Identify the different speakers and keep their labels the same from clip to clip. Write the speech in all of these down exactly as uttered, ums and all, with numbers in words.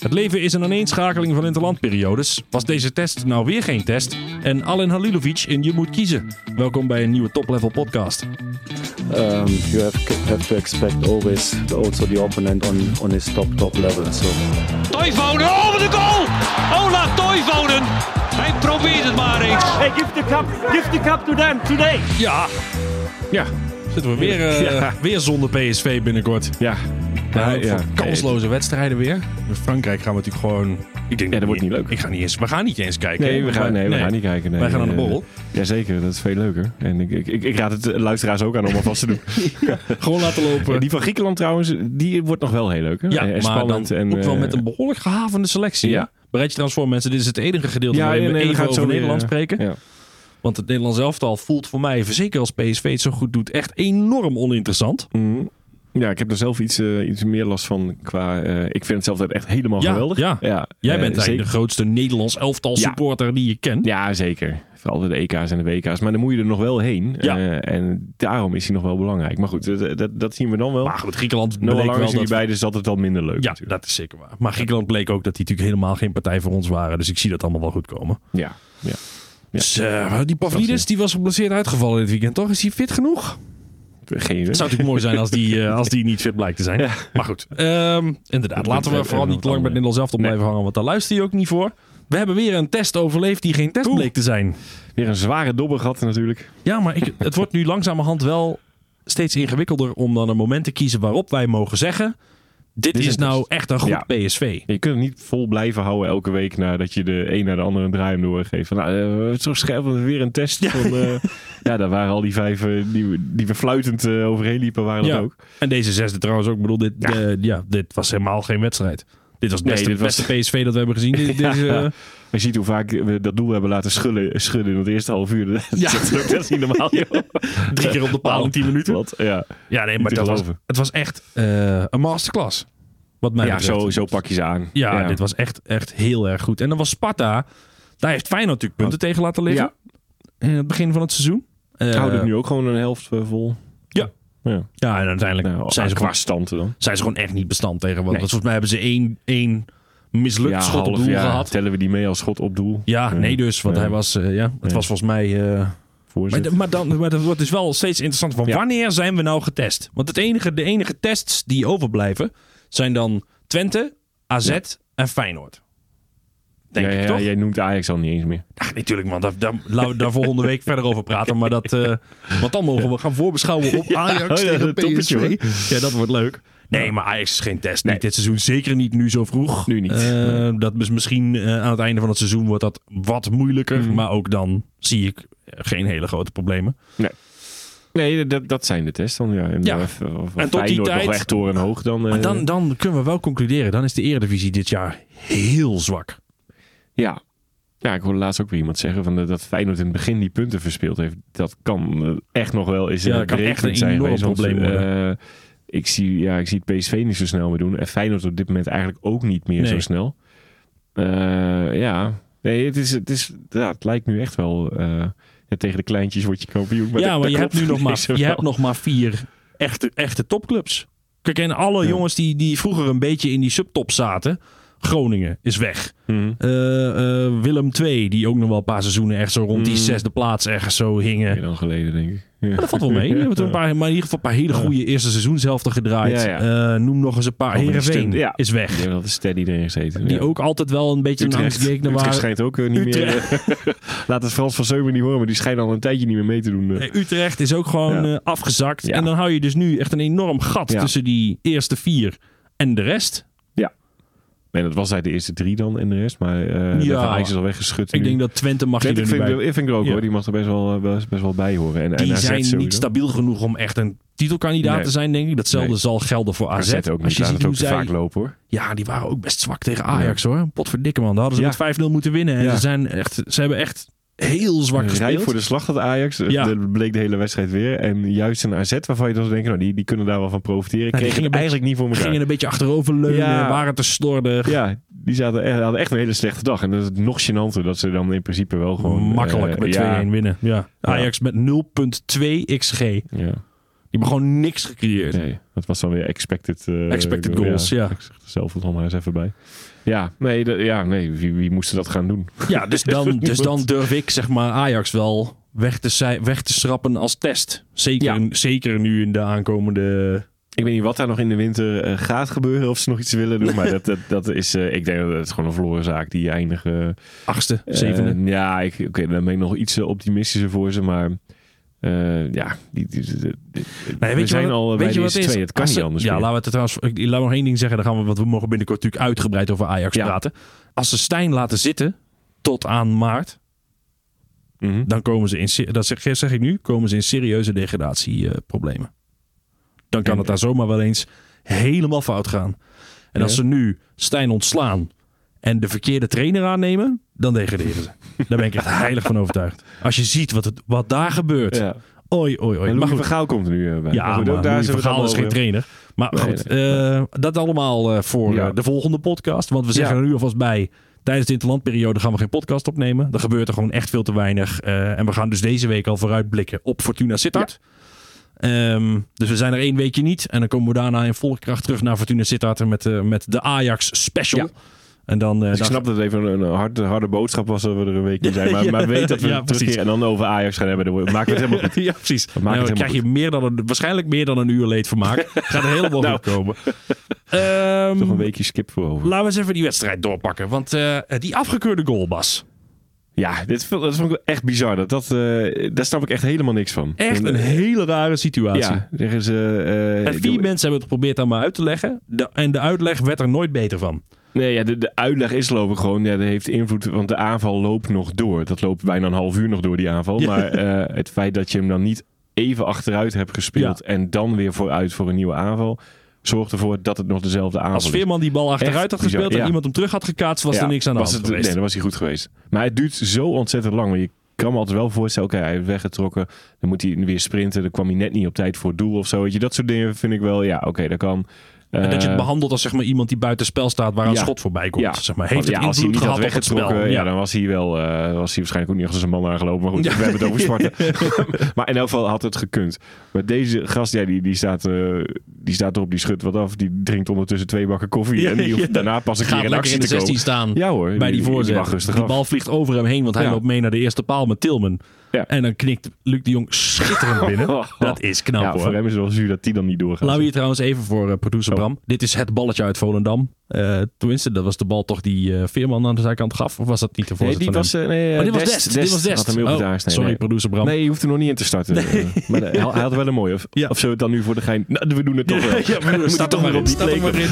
Speaker 1: Het leven is een aaneenschakeling van interlandperiodes. Was deze test nou weer geen test? En Alen Halilovic in Je Moet Kiezen. Welkom bij een nieuwe Top Level podcast.
Speaker 2: Um, you have, have to expect always also the opponent on, on his top top level. So.
Speaker 3: Toivonen, oh wat een goal! Ola Toivonen! Hij probeert het maar eens.
Speaker 4: Hey, give the cup, give the cup to them today.
Speaker 1: Ja, ja. Zitten we weer, uh,
Speaker 5: ja.
Speaker 1: weer zonder P S V binnenkort.
Speaker 5: Ja.
Speaker 1: Ja,
Speaker 5: Ja, ja.
Speaker 1: Kansloze wedstrijden weer. In Frankrijk gaan we natuurlijk gewoon... Ik denk
Speaker 5: Ja, dat wordt niet leuk.
Speaker 1: Ik ga niet eens, we gaan niet eens kijken.
Speaker 5: Nee, we gaan, nee, we
Speaker 1: nee.
Speaker 5: gaan niet kijken. Nee.
Speaker 1: Wij gaan aan de borrel.
Speaker 5: Uh, Jazeker, dat is veel leuker. En ik, ik, ik, ik raad het luisteraars ook aan om alvast te doen.
Speaker 1: ja, gewoon laten lopen.
Speaker 5: Ja, die van Griekenland trouwens, die wordt nog wel heel leuk. Hè?
Speaker 1: Ja,
Speaker 5: en
Speaker 1: maar
Speaker 5: spannend
Speaker 1: dan
Speaker 5: en,
Speaker 1: ook wel
Speaker 5: uh,
Speaker 1: met een behoorlijk gehavende selectie.
Speaker 5: Ja.
Speaker 1: Bereid je trouwens voor mensen, dit is het enige gedeelte
Speaker 5: ja,
Speaker 1: waarin we
Speaker 5: nee, we
Speaker 1: even
Speaker 5: gaan
Speaker 1: over
Speaker 5: zo
Speaker 1: Nederland
Speaker 5: weer,
Speaker 1: spreken.
Speaker 5: Ja.
Speaker 1: Want het Nederlands elftal voelt voor mij, zeker als P S V het zo goed doet, echt enorm oninteressant.
Speaker 5: Mm. Ja, ik heb er zelf iets, uh, iets meer last van qua... Uh, ik vind het zelf echt helemaal
Speaker 1: Ja,
Speaker 5: geweldig.
Speaker 1: ja.
Speaker 5: Ja,
Speaker 1: Jij
Speaker 5: uh,
Speaker 1: bent eigenlijk
Speaker 5: zeker.
Speaker 1: de grootste Nederlands elftal supporter ja. die je kent.
Speaker 5: Ja, zeker. Vooral de E K's en de W K's. Maar dan moet je er nog wel heen.
Speaker 1: Ja.
Speaker 5: Uh, en daarom is hij nog wel belangrijk. Maar goed, dat, dat, dat zien we dan wel.
Speaker 1: Maar goed, Griekenland
Speaker 5: Noah
Speaker 1: bleek
Speaker 5: Lang
Speaker 1: wel
Speaker 5: is er niet
Speaker 1: dat...
Speaker 5: bij, dus dat is altijd wel minder leuk.
Speaker 1: Ja,
Speaker 5: natuurlijk.
Speaker 1: dat is zeker waar. Maar Griekenland bleek ook dat die natuurlijk helemaal geen partij voor ons waren. Dus ik zie dat allemaal wel goed komen.
Speaker 5: Ja, ja. Ja.
Speaker 1: Dus uh, die Pavlidis, die was geblesseerd uitgevallen dit weekend, toch? Is hij fit genoeg?
Speaker 5: Geen idee.
Speaker 1: Het zou natuurlijk mooi zijn als die, uh, als die niet fit blijkt te zijn. Ja. Maar goed, um, inderdaad. Laten we vooral niet te lang met Nederland zelf op blijven nee. hangen. Want daar luister je ook niet voor. We hebben weer een test overleefd die geen test Oeh. bleek te zijn.
Speaker 5: Weer een zware dobber gehad natuurlijk.
Speaker 1: Ja, maar ik, het wordt nu langzamerhand wel steeds ingewikkelder om dan een moment te kiezen waarop wij mogen zeggen... Dit, Dit is, is nou echt een goed ja. P S V.
Speaker 5: Je kunt het niet vol blijven houden elke week nadat je de een naar de andere een draai doorgeeft. Van, nou, uh, het is zo scherp, dat is weer een test. Ja, van, uh, ja daar waren al die vijf uh, die, die we fluitend uh, overheen liepen, waren
Speaker 1: ja.
Speaker 5: dat ook.
Speaker 1: En deze zesde trouwens ook. Ik bedoel, dit, ja. Uh, ja, dit was helemaal geen wedstrijd. Dit was het beste, nee, dit was... beste P S V dat we hebben gezien. Dit, dit, uh...
Speaker 5: Je ziet hoe vaak we dat doel hebben laten schudden, schudden in het eerste half uur. Dat, ja. dat is niet normaal, joh.
Speaker 1: Drie keer op de paal in tien minuten.
Speaker 5: Wat? Ja.
Speaker 1: ja, nee, maar dat was, het was echt uh, een masterclass. Wat mij
Speaker 5: ja,
Speaker 1: betreft.
Speaker 5: zo, zo pak je ze aan.
Speaker 1: Ja,
Speaker 5: ja,
Speaker 1: dit was echt, echt heel erg goed. En dan was Sparta, daar heeft Feyenoord natuurlijk punten oh. tegen laten liggen. Ja. In het begin van het seizoen.
Speaker 5: Uh, Houden het nu ook gewoon een helft vol.
Speaker 1: Ja. Ja, ja en uiteindelijk nou, zijn, ze
Speaker 5: qua stand dan.
Speaker 1: zijn ze gewoon echt niet bestand tegen. Want nee. volgens mij hebben ze één, één mislukt ja, schot half, op doel
Speaker 5: ja,
Speaker 1: gehad.
Speaker 5: Tellen we die mee als schot op doel?
Speaker 1: Ja, nee, nee dus. Want ja. hij was, uh, ja, het nee. was volgens mij... Uh, maar, maar, dan, maar dat wordt dus wel steeds interessanter. Van ja. Wanneer zijn we nou getest? Want het enige, de enige tests die overblijven zijn dan Twente, A Z ja. en Feyenoord. Denk
Speaker 5: ja,
Speaker 1: ik
Speaker 5: ja,
Speaker 1: toch?
Speaker 5: Jij noemt Ajax al niet eens meer.
Speaker 1: Ach, natuurlijk man. Daar, daar, laten we daar volgende week verder over praten. Maar dat, uh, want dan mogen we gaan voorbeschouwen op Ajax ja, tegen P S V. Ja, dat wordt leuk. Nee, maar Ajax is geen test. Nee. Niet dit seizoen. Zeker niet nu zo vroeg.
Speaker 5: Nu niet. Uh,
Speaker 1: nee. Dat is misschien uh, aan het einde van het seizoen wordt dat wat moeilijker. Mm. Maar ook dan zie ik geen hele grote problemen.
Speaker 5: Nee. Nee, dat, dat zijn de tests dan. Ja. En,
Speaker 1: ja.
Speaker 5: Of, of
Speaker 1: en tot die tijd...
Speaker 5: nog echt torenhoog. Dan,
Speaker 1: maar dan, dan kunnen we wel concluderen. Dan is de Eredivisie dit jaar heel zwak.
Speaker 5: Ja. Ja, ik hoorde laatst ook weer iemand zeggen van de, dat Feyenoord in het begin die punten verspeeld heeft. Dat kan echt nog wel eens
Speaker 1: ja, kan echt een enorm probleem worden.
Speaker 5: Uh, ik, zie, ja, ik zie het P S V niet zo snel meer doen. En Feyenoord op dit moment eigenlijk ook niet meer nee. zo snel. Uh, ja, nee, het, is, het, is, ja, het lijkt nu echt wel... Uh, ja, tegen de kleintjes word je kampioen. Maar
Speaker 1: ja,
Speaker 5: dat,
Speaker 1: maar je,
Speaker 5: dat
Speaker 1: hebt nu, nog maar, je hebt nog maar vier echte, echte topclubs. Kijk, en alle ja. jongens die, die vroeger een beetje in die subtop zaten... Groningen is weg. Mm-hmm. Uh, uh, Willem twee, die ook nog wel een paar seizoenen echt zo rond mm. die zesde plaats ergens zo hingen.
Speaker 5: Heel lang geleden, denk ik. Ja.
Speaker 1: Maar dat valt wel mee. Die hebben toen een paar, maar in ieder geval een paar hele goede ja. eerste seizoenshelften gedraaid. Ja, ja. Uh, noem nog eens een paar. Heerenveen ja. is weg.
Speaker 5: Die hebben dat steady erin gezeten.
Speaker 1: Die
Speaker 5: ja.
Speaker 1: ook altijd wel een beetje
Speaker 5: Utrecht,
Speaker 1: een angstgekner waren.
Speaker 5: Utrecht schijnt ook uh, niet Utrecht. meer... Laat het Frans van Zeumer niet horen, maar die schijnen al een tijdje niet meer mee te doen. Uh.
Speaker 1: Nee, Utrecht is ook gewoon ja. uh, afgezakt. Ja. En dan hou je dus nu echt een enorm gat ja. tussen die eerste vier en de rest.
Speaker 5: Nee, dat was hij de eerste drie dan en de rest. Maar uh, ja, de Ajax is al weggeschud.
Speaker 1: Ik
Speaker 5: nu.
Speaker 1: denk dat Twente mag
Speaker 5: Twente
Speaker 1: je er
Speaker 5: vind,
Speaker 1: nu bij.
Speaker 5: Ik vind ik ook ja. hoor. Die mag er best wel, best, best wel bij horen. En,
Speaker 1: die
Speaker 5: en
Speaker 1: zijn
Speaker 5: sowieso.
Speaker 1: niet stabiel genoeg om echt een titelkandidaat
Speaker 5: nee.
Speaker 1: te zijn, denk ik. Datzelfde nee. zal gelden voor A Z.
Speaker 5: A Z ook niet.
Speaker 1: Als je ziet
Speaker 5: het ook
Speaker 1: zij...
Speaker 5: vaak lopen hoor.
Speaker 1: Ja, die waren ook best zwak tegen Ajax ja. hoor. Potverdikke man. Daar hadden ze ja. met vijf nul moeten winnen. En ja. ze, zijn echt, ze hebben echt heel zwak gespeeld.
Speaker 5: Rijp voor de slag dat Ajax. Ja. Dat bleek de hele wedstrijd weer. En juist een A Z waarvan je dan denkt, nou, die, die kunnen daar wel van profiteren. Nou, kregen eigenlijk beetje, niet voor elkaar.
Speaker 1: Gingen een beetje achterover leunen. Ja. Waren te slordig.
Speaker 5: Ja, die zaten echt, hadden echt een hele slechte dag. En dat is nog gênanter dat ze dan in principe wel gewoon...
Speaker 1: Makkelijk uh, met ja. twee-een winnen. Ja. Ajax ja. met nul komma twee X G.
Speaker 5: Ja.
Speaker 1: hebben gewoon niks gecreëerd.
Speaker 5: Nee, dat was dan weer expected, uh,
Speaker 1: expected goals, ja. ja.
Speaker 5: Ik zeg er zelf het nog maar eens even bij. Ja, nee, de, ja, nee wie, wie moest dat gaan doen?
Speaker 1: Ja, dus dan, dus dan durf ik zeg maar Ajax wel weg te, weg te schrappen als test. Zeker, ja. zeker nu in de aankomende...
Speaker 5: Ik weet niet wat daar nog in de winter uh, gaat gebeuren. Of ze nog iets willen doen. Maar dat, dat, dat is... Uh, ik denk dat het gewoon een verloren zaak. Die eindigen...
Speaker 1: Achtste, zevende.
Speaker 5: Uh, ja, ik, oké, okay, dan ben ik nog iets optimistischer voor ze. Maar... Uh, ja, die, die, die, die, nee, we zijn wat, al bij de eerste twee. Het kan niet anders.
Speaker 1: Ja,
Speaker 5: meer.
Speaker 1: laten we het trouwens... Ik, laat nog één ding zeggen. Dan gaan we, want we mogen binnenkort natuurlijk uitgebreid over Ajax ja. praten. Als ze Stijn laten zitten tot aan maart... Mm-hmm. Dan komen ze in... Dat zeg, zeg ik nu. Komen ze in serieuze degradatieproblemen. Uh, dan kan het daar zomaar wel eens helemaal fout gaan. En als ja. ze nu Stijn ontslaan en de verkeerde trainer aannemen, dan degraderen ze. Daar ben ik echt heilig van overtuigd. Als je ziet wat, het, wat daar gebeurt. Ja. Oei, oei, oei.
Speaker 5: En Louis van Gaal komt er nu bij.
Speaker 1: Ja, maar, maar daar Louis van Gaal is geen trainer. Maar nee, goed, nee. Uh, dat allemaal uh, voor ja. uh, de volgende podcast. Want we zeggen ja. er nu alvast bij... Tijdens de interlandperiode gaan we geen podcast opnemen. Er gebeurt er gewoon echt veel te weinig. Uh, en we gaan dus deze week al vooruitblikken op Fortuna Sittard. Ja. Um, dus we zijn er één weekje niet. En dan komen we daarna in volle kracht terug naar Fortuna Sittard met, uh, met de Ajax special. Ja. En dan, uh,
Speaker 5: dus
Speaker 1: dan...
Speaker 5: Ik snap dat het even een, een harde, harde boodschap was dat we er een week niet zijn. Maar, ja, maar weet dat we ja, terug en dan over Ajax gaan hebben. Dan maakt het helemaal goed.
Speaker 1: Ja, precies. Dan nou, dan krijg je meer dan een, waarschijnlijk meer dan een uur leedvermaak. Gaat er helemaal nou. goed komen. Um,
Speaker 5: Toch een weekje skip voor over.
Speaker 1: Laten we eens even die wedstrijd doorpakken. Want uh, die afgekeurde goal, Bas.
Speaker 5: Ja, dit, dat vond ik echt bizar. Dat, dat, uh, daar snap ik echt helemaal niks van.
Speaker 1: Echt een hele rare situatie.
Speaker 5: Ja, zeggen ze, uh,
Speaker 1: en vier doe... mensen hebben het geprobeerd aan me uit te leggen. De, en de uitleg werd er nooit beter van.
Speaker 5: Nee, ja, de, de uitleg is geloof ik gewoon... Ja, dat heeft invloed, want de aanval loopt nog door. Dat loopt bijna een half uur nog door, die aanval. Ja. Maar uh, het feit dat je hem dan niet even achteruit hebt gespeeld... Ja. en dan weer vooruit voor een nieuwe aanval... zorgt ervoor dat het nog dezelfde aanval is.
Speaker 1: Als Veerman die bal achteruit Echt had gespeeld... bizar, en ja. iemand hem terug had gekaatst... was ja, er niks aan de hand
Speaker 5: het,
Speaker 1: geweest.
Speaker 5: Nee, dan was hij goed geweest. Maar het duurt zo ontzettend lang. Want je kan me altijd wel voorstellen... oké, okay, hij heeft weggetrokken. Dan moet hij weer sprinten. Dan kwam hij net niet op tijd voor het doel of zo. Weet je, dat soort dingen vind ik wel... ja, oké, okay, dat kan...
Speaker 1: En dat je het behandelt als zeg maar, iemand die buiten spel staat... waar een ja. schot voorbij komt. Ja. Zeg maar. Heeft het ja,
Speaker 5: als hij niet had weggetrokken... Ja.
Speaker 1: ja,
Speaker 5: dan was hij wel... Uh, was hij waarschijnlijk ook niet achter zijn man aangelopen. Maar goed, ja. we hebben het over Zwarte. Maar in elk geval had het gekund. Maar deze gast, ja, die, die, staat, uh, die staat erop, die schudt wat af. Die drinkt ondertussen twee bakken koffie. Ja, en die hoeft ja. daarna pas een
Speaker 1: Gaat
Speaker 5: keer in actie
Speaker 1: in de
Speaker 5: te komen.
Speaker 1: staan.
Speaker 5: Ja hoor.
Speaker 1: Bij die, die voorzet. Die, die bal vliegt over hem heen. Want hij ja. loopt mee naar de eerste paal met Tilman. Ja. En dan knikt Luc de Jong schitterend binnen. Oh, oh. Dat is knap ja, hoor.
Speaker 5: Voor hem is het wel zuur dat die dan niet doorgaat.
Speaker 1: Laten we hier trouwens even voor uh, producer oh. Bram. Dit is het balletje uit Volendam. Uh, tenminste, dat was de bal toch die uh, Veerman aan de zijkant gaf? Of was dat niet de voorzet
Speaker 5: nee, die
Speaker 1: van
Speaker 5: was, uh, nee,
Speaker 1: oh, dit
Speaker 5: Dest,
Speaker 1: was Dest. Dit was Dest.
Speaker 5: Had hem heel
Speaker 1: oh,
Speaker 5: nee,
Speaker 1: sorry,
Speaker 5: nee.
Speaker 1: producer Bram.
Speaker 5: Nee, je hoeft er nog niet in te starten. Nee. Uh, maar de, hij had wel een mooie. Of, ja. of zullen we het dan nu voor de gein... Nou, we doen het toch wel.
Speaker 1: Ja, we moeten toch maar op die plek.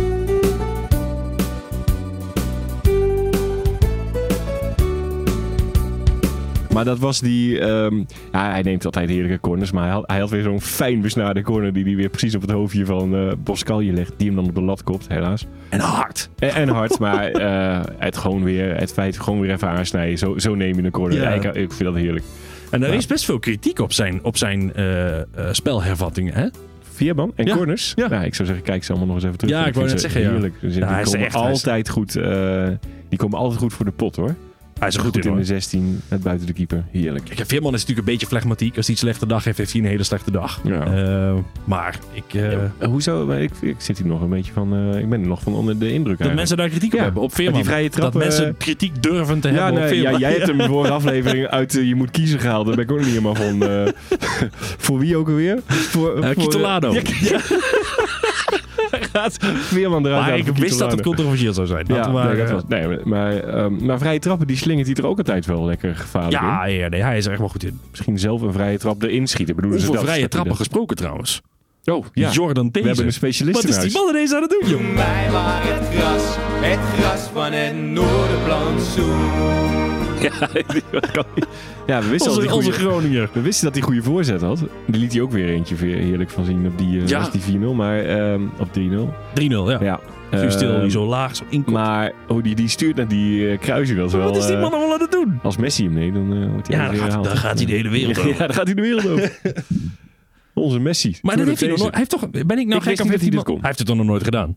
Speaker 5: Maar dat was die... Um, ja, hij neemt altijd heerlijke corners. Maar hij had, hij had weer zo'n fijn besnaarde corner... die hij weer precies op het hoofdje van uh, Boscalje legt. Die hem dan op de lat kopt, helaas.
Speaker 1: En hard.
Speaker 5: En, en hard, maar uh, het gewoon weer... Het feit gewoon weer even aansnijden. Zo, zo neem je een corner. Ja. Ja, ik, ik vind dat heerlijk.
Speaker 1: En er
Speaker 5: ja.
Speaker 1: is best veel kritiek op zijn, op zijn uh, uh, spelhervattingen, hè?
Speaker 5: Veerman en ja. corners? Ja. Nou, ik zou zeggen, kijk ze allemaal nog eens even terug.
Speaker 1: Ja, ik wou net zeggen,
Speaker 5: heerlijk.
Speaker 1: ja.
Speaker 5: Die,
Speaker 1: ja,
Speaker 5: komen
Speaker 1: echt,
Speaker 5: altijd goed, uh, die komen altijd goed voor de pot, hoor.
Speaker 1: Hij is er goed,
Speaker 5: goed
Speaker 1: in,
Speaker 5: in de zestien, net buiten de keeper. Heerlijk.
Speaker 1: Kijk, Veerman is natuurlijk een beetje flegmatiek. Als hij een slechte dag heeft, heeft hij een hele slechte dag. Ja. Uh, maar ik... Uh...
Speaker 5: Ja, hoezo? Ik, ik zit hier nog een beetje van... Uh, ik ben er nog van onder de indruk
Speaker 1: Dat
Speaker 5: eigenlijk.
Speaker 1: mensen daar kritiek op
Speaker 5: ja.
Speaker 1: hebben. Op Veerman.
Speaker 5: Die vrije trap,
Speaker 1: dat mensen kritiek durven te ja, hebben
Speaker 5: nee,
Speaker 1: op Veerman.
Speaker 5: Ja, jij hebt hem voor de aflevering uit uh, Je Moet Kiezen gehaald. Daar ben ik ook niet helemaal van... Uh, voor wie ook alweer? Voor,
Speaker 1: uh, Kitolano. Ja, ja. Gaat Veerman eruit. Maar ik wist dat het controversieel zou zijn.
Speaker 5: Ja,
Speaker 1: maar,
Speaker 5: nee, dat was, nee, maar, um, maar vrije trappen, die slingert hij er ook altijd wel lekker gevaarlijk
Speaker 1: ja,
Speaker 5: in.
Speaker 1: Ja, nee, hij is er echt wel goed in.
Speaker 5: Misschien zelf een vrije trap erin schieten. Bedoelen ze
Speaker 1: Over
Speaker 5: dat,
Speaker 1: vrije trappen gesproken trouwens.
Speaker 5: Oh, ja.
Speaker 1: Jordan Deze.
Speaker 5: We hebben een specialist
Speaker 1: Wat is die man ineens aan het doen, joh?
Speaker 6: Voor mij maar het gras, het gras van het Noorderplantsoen.
Speaker 5: Ja, ja, we wisten
Speaker 1: onze,
Speaker 5: dat
Speaker 1: onze Groninger.
Speaker 5: We wisten dat hij goede voorzet had. Die liet hij ook weer eentje heerlijk van zien op die, uh,
Speaker 1: ja.
Speaker 5: die vier nul, maar um, op drie nul.
Speaker 1: drie nul, ja.
Speaker 5: ja.
Speaker 1: Uh, stil, die zo laag, zo inkomt.
Speaker 5: Maar oh, die, die stuurt naar die uh, kruising. Dat is wel,
Speaker 1: wat is die man allemaal aan het doen?
Speaker 5: Als Messi hem nee, dan uh, wordt hij
Speaker 1: ja, dan gaat, dan gaat hij de hele wereld over.
Speaker 5: Ja, dan gaat hij de wereld over. Onze Messi.
Speaker 1: Maar dat heeft hij nog nooit... Hij heeft toch... Ben ik nou
Speaker 5: ik
Speaker 1: gek of heeft hij
Speaker 5: dit
Speaker 1: Hij heeft het toch nog nooit gedaan?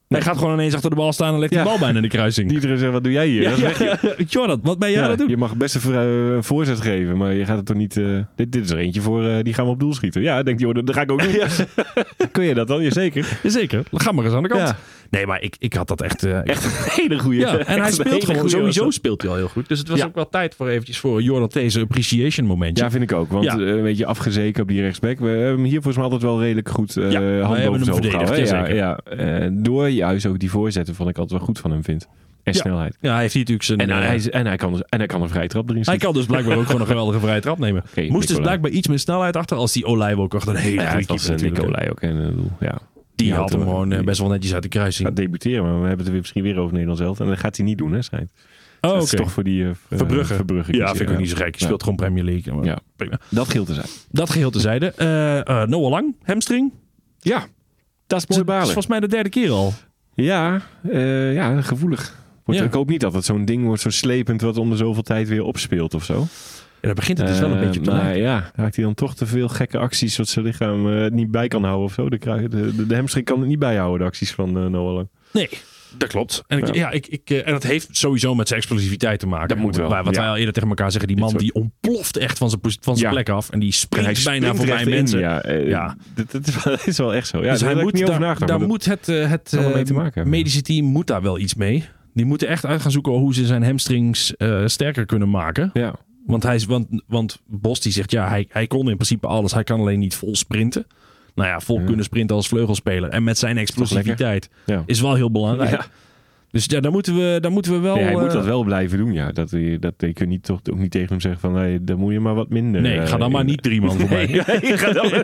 Speaker 1: Hij gaat gewoon ineens achter de bal staan en legt
Speaker 5: Ja.
Speaker 1: die bal bijna in de kruising.
Speaker 5: Iedereen zegt, wat doe jij hier?
Speaker 1: Ja,
Speaker 5: Dat is weg,
Speaker 1: ja, ja. Jordan, wat ben jij aan het doen?
Speaker 5: Je mag best een uh, voorzet geven, maar je gaat het toch niet... Uh, dit, dit is er eentje voor, uh, die gaan we op doel schieten. Ja, denkt Jordan, dat ga ik ook doen. Ja. Kun je dat dan? Jazeker.
Speaker 1: Jazeker, ga maar eens aan de kant.
Speaker 5: Ja.
Speaker 1: Nee, maar ik, ik had dat echt... Uh,
Speaker 5: Echt een hele goede.
Speaker 1: Ja, en hij speelt gewoon, sowieso
Speaker 5: was.
Speaker 1: speelt hij al heel goed. Dus het was
Speaker 5: Ja.
Speaker 1: ook wel tijd voor eventjes voor Jordan deze appreciation momentje.
Speaker 5: Ja, vind ik ook. Want
Speaker 1: Ja.
Speaker 5: uh, een beetje afgezeken op die rechtsback. We hebben hem hier volgens mij altijd wel redelijk goed uh,
Speaker 1: Ja, wij
Speaker 5: hand
Speaker 1: hebben
Speaker 5: boven
Speaker 1: hem
Speaker 5: zijn hoofd
Speaker 1: verdedigd,
Speaker 5: gehouden.
Speaker 1: ja,
Speaker 5: Ja, ja. Uh, door juist ook die voorzetten vond ik altijd wel goed van hem vind. En
Speaker 1: Ja.
Speaker 5: snelheid.
Speaker 1: Ja, hij heeft hier natuurlijk zijn...
Speaker 5: En, uh,
Speaker 1: uh,
Speaker 5: hij, is- en, hij kan, dus- en hij kan een vrije trap erin
Speaker 1: hij
Speaker 5: schieten.
Speaker 1: kan dus blijkbaar ook gewoon een geweldige vrije trap nemen.
Speaker 5: Okay,
Speaker 1: Moest dus
Speaker 5: Nicolai.
Speaker 1: blijkbaar iets meer snelheid achter als die Olijbo ook echt een hele
Speaker 5: Ja,
Speaker 1: goede
Speaker 5: het was
Speaker 1: keeper
Speaker 5: uh,
Speaker 1: natuurlijk.
Speaker 5: Nicolai ook. En, uh, ja.
Speaker 1: Die
Speaker 5: Ja,
Speaker 1: had hem
Speaker 5: toch,
Speaker 1: gewoon uh,
Speaker 5: die-
Speaker 1: best wel netjes uit de kruising.
Speaker 5: Gaat debuteren, maar we hebben het er weer misschien weer over Nederland zelf. En dat gaat hij niet doen, hè, schijnt.
Speaker 1: Oh,
Speaker 5: Dat
Speaker 1: oké.
Speaker 5: is toch voor die uh,
Speaker 1: Verbrugge.
Speaker 5: Verbrugge
Speaker 1: Ja,
Speaker 5: kiezen.
Speaker 1: vind ik ook niet zo gek. Je speelt gewoon Premier League. Maar
Speaker 5: Ja.
Speaker 1: prima.
Speaker 5: Dat geldt te zijn.
Speaker 1: Dat geheel tezijde. Uh, uh, Noah Lang, hamstring.
Speaker 5: Ja, dat is
Speaker 1: Dat
Speaker 5: mooi
Speaker 1: is
Speaker 5: balen.
Speaker 1: volgens mij de derde keer al.
Speaker 5: Ja, uh, ja, gevoelig. Wordt,
Speaker 1: Ja.
Speaker 5: Ik hoop niet dat het zo'n ding wordt, zo slepend, wat om de zoveel tijd weer opspeelt of zo.
Speaker 1: Ja, daar begint het dus wel een
Speaker 5: Uh,
Speaker 1: beetje op te
Speaker 5: maar
Speaker 1: lijken.
Speaker 5: ja, maakt hij dan toch te veel gekke acties wat zijn lichaam uh, niet bij kan houden of zo. De, de, de, de hamstring kan het niet bijhouden, de acties van uh, Noah Lang.
Speaker 1: Nee, dat klopt. En, ik,
Speaker 5: Ja.
Speaker 1: ja. ik, ik, uh, en dat heeft sowieso met zijn explosiviteit te maken.
Speaker 5: Dat moet wel,
Speaker 1: Waar, wat
Speaker 5: ja.
Speaker 1: wij al eerder tegen elkaar zeggen. Die man
Speaker 5: Dit
Speaker 1: die ontploft echt van zijn, posi- van zijn
Speaker 5: Ja.
Speaker 1: plek af. En die springt
Speaker 5: En hij
Speaker 1: bijna
Speaker 5: springt
Speaker 1: voorbij
Speaker 5: er echt
Speaker 1: mensen.
Speaker 5: in, ja, uh,
Speaker 1: Ja.
Speaker 5: Dat, dat, is wel, dat is wel echt zo. Ja,
Speaker 1: dus
Speaker 5: daar
Speaker 1: hij
Speaker 5: heb
Speaker 1: moet,
Speaker 5: ik niet over
Speaker 1: daar,
Speaker 5: nagedacht.
Speaker 1: daar
Speaker 5: maar
Speaker 1: moet het, uh, het
Speaker 5: zal wel mee
Speaker 1: uh,
Speaker 5: te maken hebben.
Speaker 1: medische team moet daar wel iets mee. Die moeten echt uit gaan zoeken hoe ze zijn hamstrings uh, sterker kunnen maken.
Speaker 5: dat- ja.
Speaker 1: Want, hij is, want, want Bos die zegt, ja, hij, hij kon in principe alles. Hij kan alleen niet vol sprinten. Nou ja, vol
Speaker 5: Ja.
Speaker 1: kunnen sprinten als vleugelspeler. En met zijn explosiviteit
Speaker 5: Ja.
Speaker 1: is wel heel belangrijk.
Speaker 5: Ja.
Speaker 1: Dus ja, daar moeten we, daar moeten we wel...
Speaker 5: Nee, hij
Speaker 1: uh,
Speaker 5: moet dat wel blijven doen, ja. Dat, je- dat, je kunt niet, toch ook niet tegen hem zeggen van, nee, dan moet je maar wat minder.
Speaker 1: Nee,
Speaker 5: uh,
Speaker 1: ga dan maar
Speaker 5: in-
Speaker 1: niet drie man voorbij.
Speaker 5: Nee, nee, ga dan,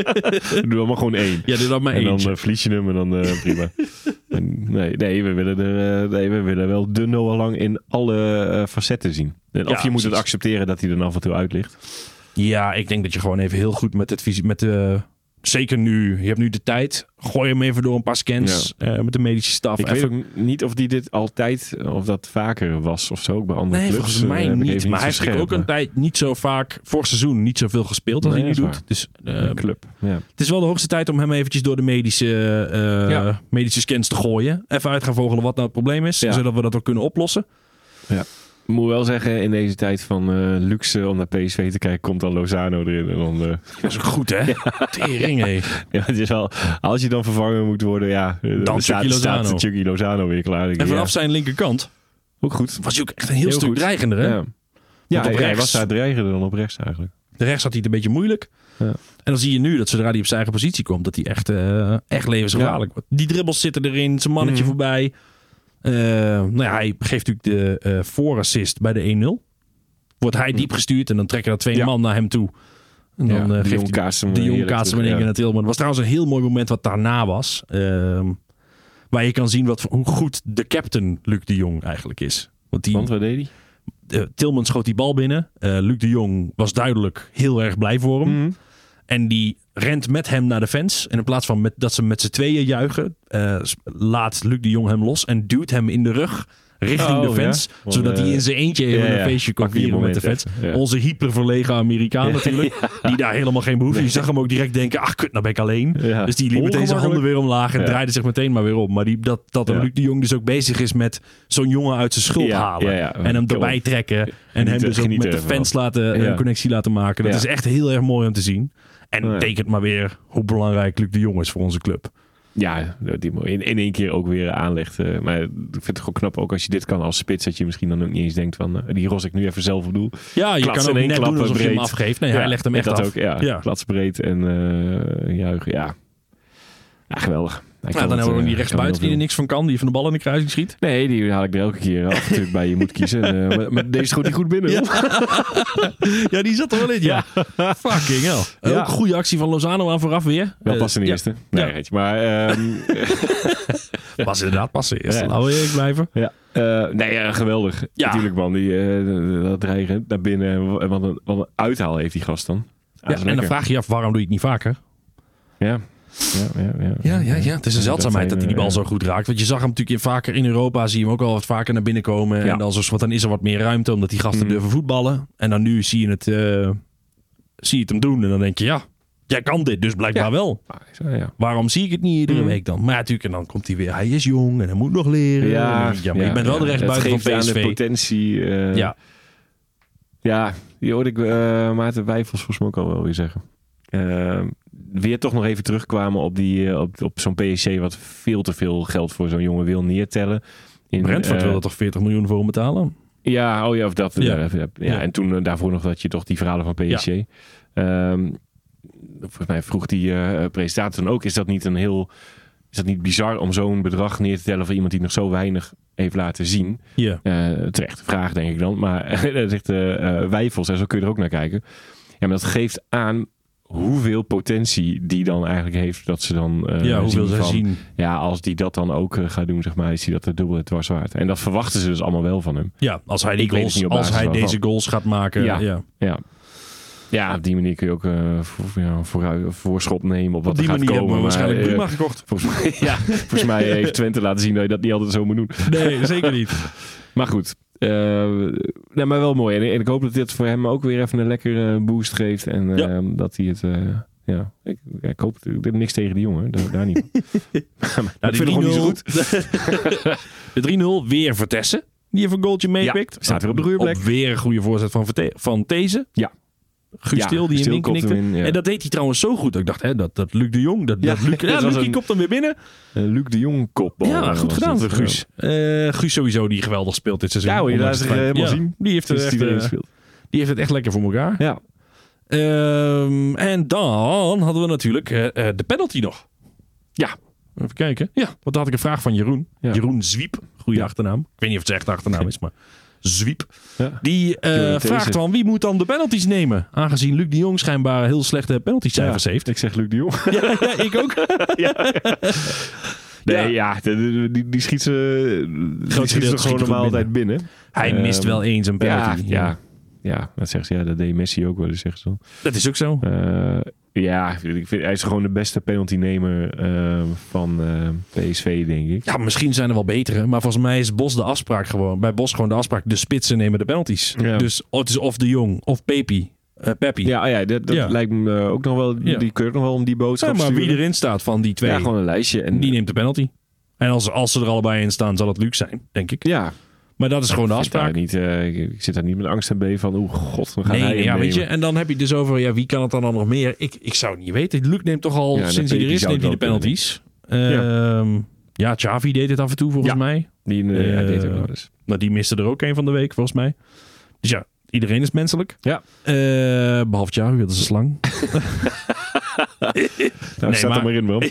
Speaker 5: doe dan maar gewoon één.
Speaker 1: Ja, doe dat maar
Speaker 5: En dan
Speaker 1: eentje.
Speaker 5: uh, verlies je hem en dan uh, prima. En nee, nee, we willen er, uh, nee, we willen wel de Noah Lang in alle uh, facetten zien. En
Speaker 1: Ja,
Speaker 5: of je moet het
Speaker 1: precies.
Speaker 5: accepteren dat hij er af en toe uit ligt.
Speaker 1: Ja, ik denk dat je gewoon even heel goed met het visie... Met de, zeker nu, je hebt nu de tijd. Gooi hem even door een paar scans uh, met de medische staf.
Speaker 5: Ik
Speaker 1: even,
Speaker 5: weet ook niet of die dit altijd, of dat vaker was of zo, ook bij andere
Speaker 1: Nee,
Speaker 5: clubs.
Speaker 1: volgens mij
Speaker 5: Uh, heb ik
Speaker 1: niet.
Speaker 5: even
Speaker 1: Maar hij
Speaker 5: zo
Speaker 1: heeft
Speaker 5: scherp,
Speaker 1: ook een
Speaker 5: maar-
Speaker 1: tijd niet zo vaak... Vorig seizoen niet zoveel gespeeld als
Speaker 5: Nee,
Speaker 1: hij nu
Speaker 5: dat
Speaker 1: doet.
Speaker 5: is
Speaker 1: Dus uh,
Speaker 5: Een club. Ja.
Speaker 1: het is wel de hoogste tijd om hem eventjes door de medische, uh,
Speaker 5: Ja.
Speaker 1: medische scans te gooien. Even uit gaan vogelen wat nou het probleem is.
Speaker 5: Ja.
Speaker 1: Zodat we dat ook kunnen oplossen.
Speaker 5: Ik moet wel zeggen, in deze tijd van uh, luxe om naar P S V te kijken, komt dan Lozano erin. En dan, uh,
Speaker 1: Dat is ook goed, hè? Tering, hé.
Speaker 5: ja, het is wel, als je dan vervangen moet worden, ja, uh,
Speaker 1: Dan
Speaker 5: staat,
Speaker 1: Chucky
Speaker 5: staat
Speaker 1: Lozano.
Speaker 5: Chucky Lozano weer klaar. Ik
Speaker 1: En
Speaker 5: denk,
Speaker 1: vanaf
Speaker 5: ja,
Speaker 1: zijn linkerkant
Speaker 5: ook goed.
Speaker 1: was hij ook echt een heel,
Speaker 5: Heel
Speaker 1: stuk
Speaker 5: goed.
Speaker 1: dreigender, hè?
Speaker 5: Ja, ja
Speaker 1: op
Speaker 5: hij, hij
Speaker 1: rechts-
Speaker 5: was daar dreigender dan op rechts eigenlijk.
Speaker 1: De rechts had hij het een beetje moeilijk.
Speaker 5: Ja.
Speaker 1: En dan zie je nu dat zodra hij op zijn eigen positie komt, dat hij echt, uh, echt levensgevaarlijk wordt. Die dribbels zitten erin, zijn mannetje
Speaker 5: Mhm.
Speaker 1: voorbij. Uh, nou ja, hij geeft natuurlijk de uh, voorassist bij de één nul. Wordt hij diep gestuurd en dan trekken er twee
Speaker 5: Ja.
Speaker 1: man naar hem toe. En dan
Speaker 5: Ja,
Speaker 1: uh,
Speaker 5: de
Speaker 1: geeft
Speaker 5: Jong
Speaker 1: hij
Speaker 5: kaatst hem
Speaker 1: de Jong
Speaker 5: heerlijk
Speaker 1: kaatst hem in
Speaker 5: terug,
Speaker 1: één keer
Speaker 5: ja.
Speaker 1: naar Tilman. Het was trouwens een heel mooi moment wat daarna was. Uh, waar je kan zien wat, hoe goed de captain Luc de Jong eigenlijk is. Want die,
Speaker 5: Want wat deed hij?
Speaker 1: uh, Tilman schoot die bal binnen. Uh, Luc de Jong was duidelijk heel erg blij voor hem.
Speaker 5: Mhm.
Speaker 1: En die rent met hem naar de fans. En in plaats van met, dat ze met z'n tweeën juichen, uh, laat Luc de Jong hem los en duwt hem in de rug richting
Speaker 5: Oh,
Speaker 1: de fans.
Speaker 5: ja.
Speaker 1: Zodat
Speaker 5: Want,
Speaker 1: hij
Speaker 5: uh,
Speaker 1: in zijn eentje even
Speaker 5: ja, ja.
Speaker 1: een feestje kon
Speaker 5: Pak die
Speaker 1: vieren met de
Speaker 5: moment
Speaker 1: fans.
Speaker 5: even, ja.
Speaker 1: Onze hyperverlegen Amerikaan natuurlijk. Die daar helemaal geen behoefte. Je zag hem ook direct denken, ach kut, nou ben ik alleen.
Speaker 5: Ja.
Speaker 1: Dus die liep meteen zijn handen weer omlaag en
Speaker 5: Ja.
Speaker 1: draaide zich meteen maar weer op. Maar die, dat, dat
Speaker 5: Ja.
Speaker 1: Luc de Jong dus ook bezig is met zo'n jongen uit zijn schuld
Speaker 5: Ja,
Speaker 1: halen.
Speaker 5: ja, ja.
Speaker 1: En hem
Speaker 5: Kom
Speaker 1: erbij
Speaker 5: op.
Speaker 1: trekken. En
Speaker 5: Genieten-
Speaker 1: hem dus ook
Speaker 5: genieten
Speaker 1: met de
Speaker 5: ervan.
Speaker 1: fans laten,
Speaker 5: Ja.
Speaker 1: een connectie laten maken. Dat
Speaker 5: Ja.
Speaker 1: is echt heel erg mooi om te zien. En
Speaker 5: Ja.
Speaker 1: tekent maar weer hoe belangrijk Luc de Jong is voor onze club.
Speaker 5: Ja, die in, in één keer ook weer aanlegt. Uh, maar ik vind het gewoon knap ook als je dit kan als spits. Dat je misschien dan ook niet eens denkt van... Uh, die ros ik nu even zelf op doel.
Speaker 1: Ja, je
Speaker 5: Klats
Speaker 1: kan ook
Speaker 5: in één
Speaker 1: net
Speaker 5: klap
Speaker 1: doen alsof je hem
Speaker 5: breed.
Speaker 1: afgeeft. Nee,
Speaker 5: Ja,
Speaker 1: hij legt hem
Speaker 5: en
Speaker 1: echt
Speaker 5: dat
Speaker 1: af.
Speaker 5: ook, ja.
Speaker 1: Ja.
Speaker 5: Platsbreed en uh, juichen, ja. Ja, geweldig. Hij
Speaker 1: Nou,
Speaker 5: kan
Speaker 1: dan
Speaker 5: het,
Speaker 1: hebben we
Speaker 5: uh,
Speaker 1: die rechtsbuiten
Speaker 5: kan
Speaker 1: die er
Speaker 5: heel
Speaker 1: niks van kan. Die van de bal in de kruising schiet.
Speaker 5: veel. Nee, die haal ik er elke keer af natuurlijk bij. Je moet kiezen. Uh, maar, maar deze schoot niet goed binnen.
Speaker 1: Ja.
Speaker 5: hoor.
Speaker 1: Ja, die zat er wel in, ja. Fucking hell.
Speaker 5: Ja.
Speaker 1: Ook goede actie van Lozano aan vooraf weer.
Speaker 5: Wel
Speaker 1: Eh,
Speaker 5: pas de
Speaker 1: ja.
Speaker 5: eerste. Nee,
Speaker 1: Ja.
Speaker 5: weet je, maar... Um,
Speaker 1: Pas inderdaad, pas de eerste.
Speaker 5: Ja.
Speaker 1: Laten we eerlijk blijven.
Speaker 5: Ja. Uh, nee, ja, geweldig.
Speaker 1: Ja.
Speaker 5: Natuurlijk, man. Die, uh, dat dreigen naar binnen. En wat een, wat een uithaal heeft die gast dan.
Speaker 1: Ja, en dan
Speaker 5: lekker.
Speaker 1: vraag je je af, waarom doe je het niet vaker?
Speaker 5: Ja. Ja, ja, ja.
Speaker 1: Ja, ja, ja. Het is een zeldzaamheid dat hij die bal
Speaker 5: uh,
Speaker 1: zo goed raakt. Want je zag hem natuurlijk in, vaker in Europa, zie je hem ook al wat vaker naar binnen komen.
Speaker 5: Ja.
Speaker 1: En dan, zo, dan is er wat meer ruimte, omdat die gasten
Speaker 5: Mm.
Speaker 1: durven voetballen. En dan nu zie je het, uh, zie je het hem doen. En dan denk je, ja, jij kan dit dus blijkbaar
Speaker 5: Ja.
Speaker 1: wel.
Speaker 5: Ah, ja.
Speaker 1: Waarom zie ik het niet iedere
Speaker 5: Mm.
Speaker 1: week dan? Maar ja, natuurlijk, en dan komt hij weer. Hij is jong en hij moet nog leren.
Speaker 5: Ja,
Speaker 1: ja, maar je bent wel
Speaker 5: ja.
Speaker 1: de rechtsbuiten
Speaker 5: Het
Speaker 1: van
Speaker 5: geeft
Speaker 1: P S V.
Speaker 5: aan de potentie. Uh,
Speaker 1: Ja.
Speaker 5: Ja, die hoorde ik uh, Maarten Wijfels volgens mij ook al wel weer zeggen. Uh, weer toch nog even terugkwamen op, die, uh, op, op zo'n P S C wat veel te veel geld voor zo'n jongen wil neertellen. In,
Speaker 1: Brentford
Speaker 5: uh,
Speaker 1: wil er toch veertig miljoen voor hem betalen?
Speaker 5: Ja, oh ja, of dat.
Speaker 1: Ja.
Speaker 5: Ja, ja,
Speaker 1: Ja.
Speaker 5: En toen uh, daarvoor nog dat je toch die verhalen van P S C. Ja. Um, volgens mij vroeg die uh, presentator dan ook, is dat niet een heel... Is dat niet bizar om zo'n bedrag neer te tellen voor iemand die nog zo weinig heeft laten zien?
Speaker 1: Ja.
Speaker 5: Uh, terecht vraag, denk ik dan. Maar dat zegt uh, uh, Wijfels, en zo kun je er ook naar kijken. Ja, maar dat geeft aan hoeveel potentie die dan eigenlijk heeft. Dat ze dan uh,
Speaker 1: Ja, hoeveel
Speaker 5: zien
Speaker 1: ze
Speaker 5: van,
Speaker 1: zien.
Speaker 5: Ja, als die dat dan ook uh, gaat doen, zeg maar, is hij dat de dubbele dwars waard. En dat verwachten ze dus allemaal wel van hem.
Speaker 1: Ja, als hij, die
Speaker 5: Ik weet het
Speaker 1: goals,
Speaker 5: niet op
Speaker 1: als
Speaker 5: basis
Speaker 1: hij
Speaker 5: waarvan.
Speaker 1: deze goals gaat maken. Ja.
Speaker 5: Ja. Ja. Ja, op die manier kun je ook uh, voor, ja, vooruit, voorschot nemen op wat
Speaker 1: Op die
Speaker 5: er gaat
Speaker 1: manier
Speaker 5: komen.
Speaker 1: hebben we
Speaker 5: maar,
Speaker 1: waarschijnlijk
Speaker 5: uh,
Speaker 1: prima gekocht.
Speaker 5: Volgens mij, ja, volgens mij heeft Twente laten zien dat je dat niet altijd zo moet doen.
Speaker 1: Nee, zeker niet.
Speaker 5: Maar goed. Uh, nee, maar wel mooi. En, en ik hoop dat dit voor hem ook weer even een lekkere boost geeft. En uh,
Speaker 1: Ja.
Speaker 5: dat hij het... Uh, ja, ik, ik hoop... Ik heb niks tegen die jongen. Daar, daar niet. maar
Speaker 1: Nou,
Speaker 5: ik vind hem gewoon niet zo goed.
Speaker 1: De drie nul, weer Vertessen. Die even een goaltje meepikt.
Speaker 5: Ja, staat weer op de roerplek.
Speaker 1: Op weer een goede voorzet van, Verte- van These.
Speaker 5: Ja.
Speaker 1: Guus
Speaker 5: Ja,
Speaker 1: Til die
Speaker 5: Stil
Speaker 1: hem
Speaker 5: kopt
Speaker 1: inknikte.
Speaker 5: hem in, ja.
Speaker 1: En dat deed hij trouwens zo goed. Dat ik dacht, hè, dat, dat Luc de Jong. Dat,
Speaker 5: Ja,
Speaker 1: dat Luc,
Speaker 5: het
Speaker 1: ja,
Speaker 5: was
Speaker 1: Luc die
Speaker 5: een-
Speaker 1: kopt hem weer binnen.
Speaker 5: Uh, Luc de Jong kopbal.
Speaker 1: Ja,
Speaker 5: uh,
Speaker 1: goed
Speaker 5: was
Speaker 1: gedaan
Speaker 5: het.
Speaker 1: voor Guus. Uh, Guus sowieso die geweldig speelt dit seizoen.
Speaker 5: Ja, hoor, je
Speaker 1: Ondanks
Speaker 5: laat
Speaker 1: het
Speaker 5: zich
Speaker 1: feit-
Speaker 5: helemaal
Speaker 1: ja,
Speaker 5: zien.
Speaker 1: Die heeft, het
Speaker 5: Sinds
Speaker 1: echt,
Speaker 5: die erin
Speaker 1: uh,
Speaker 5: speelt.
Speaker 1: die heeft het echt lekker voor elkaar.
Speaker 5: Ja.
Speaker 1: Um, en dan hadden we natuurlijk uh, uh, de penalty nog.
Speaker 5: Ja.
Speaker 1: Even kijken. Ja, want daar had ik een vraag van Jeroen.
Speaker 5: Ja.
Speaker 1: Jeroen Zwiep. Goeie
Speaker 5: Ja.
Speaker 1: achternaam. Ik weet niet of het zijn echte achternaam is, maar Zwiep.
Speaker 5: Ja.
Speaker 1: Die uh,
Speaker 5: Jeroen
Speaker 1: vraagt
Speaker 5: These.
Speaker 1: van wie moet dan de penalties nemen? Aangezien Luc de Jong schijnbaar heel slechte penaltycijfers
Speaker 5: Ja,
Speaker 1: heeft.
Speaker 5: Ik zeg Luc de Jong.
Speaker 1: Ja, ja, ik ook.
Speaker 5: Nee,
Speaker 1: Ja.
Speaker 5: ja, de- de- die, die schiet ze, die
Speaker 1: Groot
Speaker 5: schiet ze
Speaker 1: gedeelte
Speaker 5: toch gewoon
Speaker 1: schiet
Speaker 5: normaal
Speaker 1: goed
Speaker 5: altijd binnen.
Speaker 1: Hij
Speaker 5: Ehm,
Speaker 1: mist wel eens een
Speaker 5: Ja,
Speaker 1: penalty.
Speaker 5: ja, ja, dat zegt ze. Ja, dat deed Messi ook wel eens, zegt ze dan.
Speaker 1: Dat is ook zo.
Speaker 5: Uh, ja, ik vind, hij is gewoon de beste penaltynemer uh, van uh, P S V, denk ik.
Speaker 1: Ja, misschien zijn er wel betere. Maar volgens mij is Bos de afspraak gewoon. Bij Bos gewoon de afspraak. De spitsen nemen de penalties.
Speaker 5: Ja.
Speaker 1: Dus het is of de Jong of Pepi. Uh, Peppi.
Speaker 5: Ja, ja dat, dat
Speaker 1: Ja.
Speaker 5: lijkt me uh, ook nog wel.
Speaker 1: Ja.
Speaker 5: Die keurt nog wel om die boodschap
Speaker 1: Ja, maar
Speaker 5: sturen.
Speaker 1: wie erin staat van die twee,
Speaker 5: Ja, gewoon een lijstje. En,
Speaker 1: die neemt de penalty. En als, als ze er allebei in staan, zal het Luc zijn, denk ik.
Speaker 5: Ja.
Speaker 1: Maar dat is gewoon de
Speaker 5: Ik zit daar
Speaker 1: afspraak.
Speaker 5: Niet, uh, ik, ik zit daar niet met angst en bee van, oeh god, we gaan
Speaker 1: Nee,
Speaker 5: hij
Speaker 1: nee,
Speaker 5: hem
Speaker 1: ja, weet je.
Speaker 5: nemen.
Speaker 1: En dan heb je het dus over, ja, wie kan het dan, dan nog meer? Ik, ik zou het niet weten. Luc neemt toch al,
Speaker 5: Ja,
Speaker 1: sinds
Speaker 5: de
Speaker 1: hij er
Speaker 5: Pepi
Speaker 1: is,
Speaker 5: zou
Speaker 1: neemt hij de
Speaker 5: het wel
Speaker 1: penalties. Ehm, ja, Xavi deed het af en toe, volgens
Speaker 5: Ja.
Speaker 1: mij.
Speaker 5: Die uh,
Speaker 1: Uh,
Speaker 5: hij deed ook wel eens.
Speaker 1: Nou, die miste er ook een van de week, volgens mij. Dus ja, iedereen is menselijk.
Speaker 5: Ja.
Speaker 1: Uh, behalve Xavi, dat is een slang.
Speaker 5: Nou,
Speaker 1: Nee,
Speaker 5: staat
Speaker 1: maar-
Speaker 5: er maar in, wel.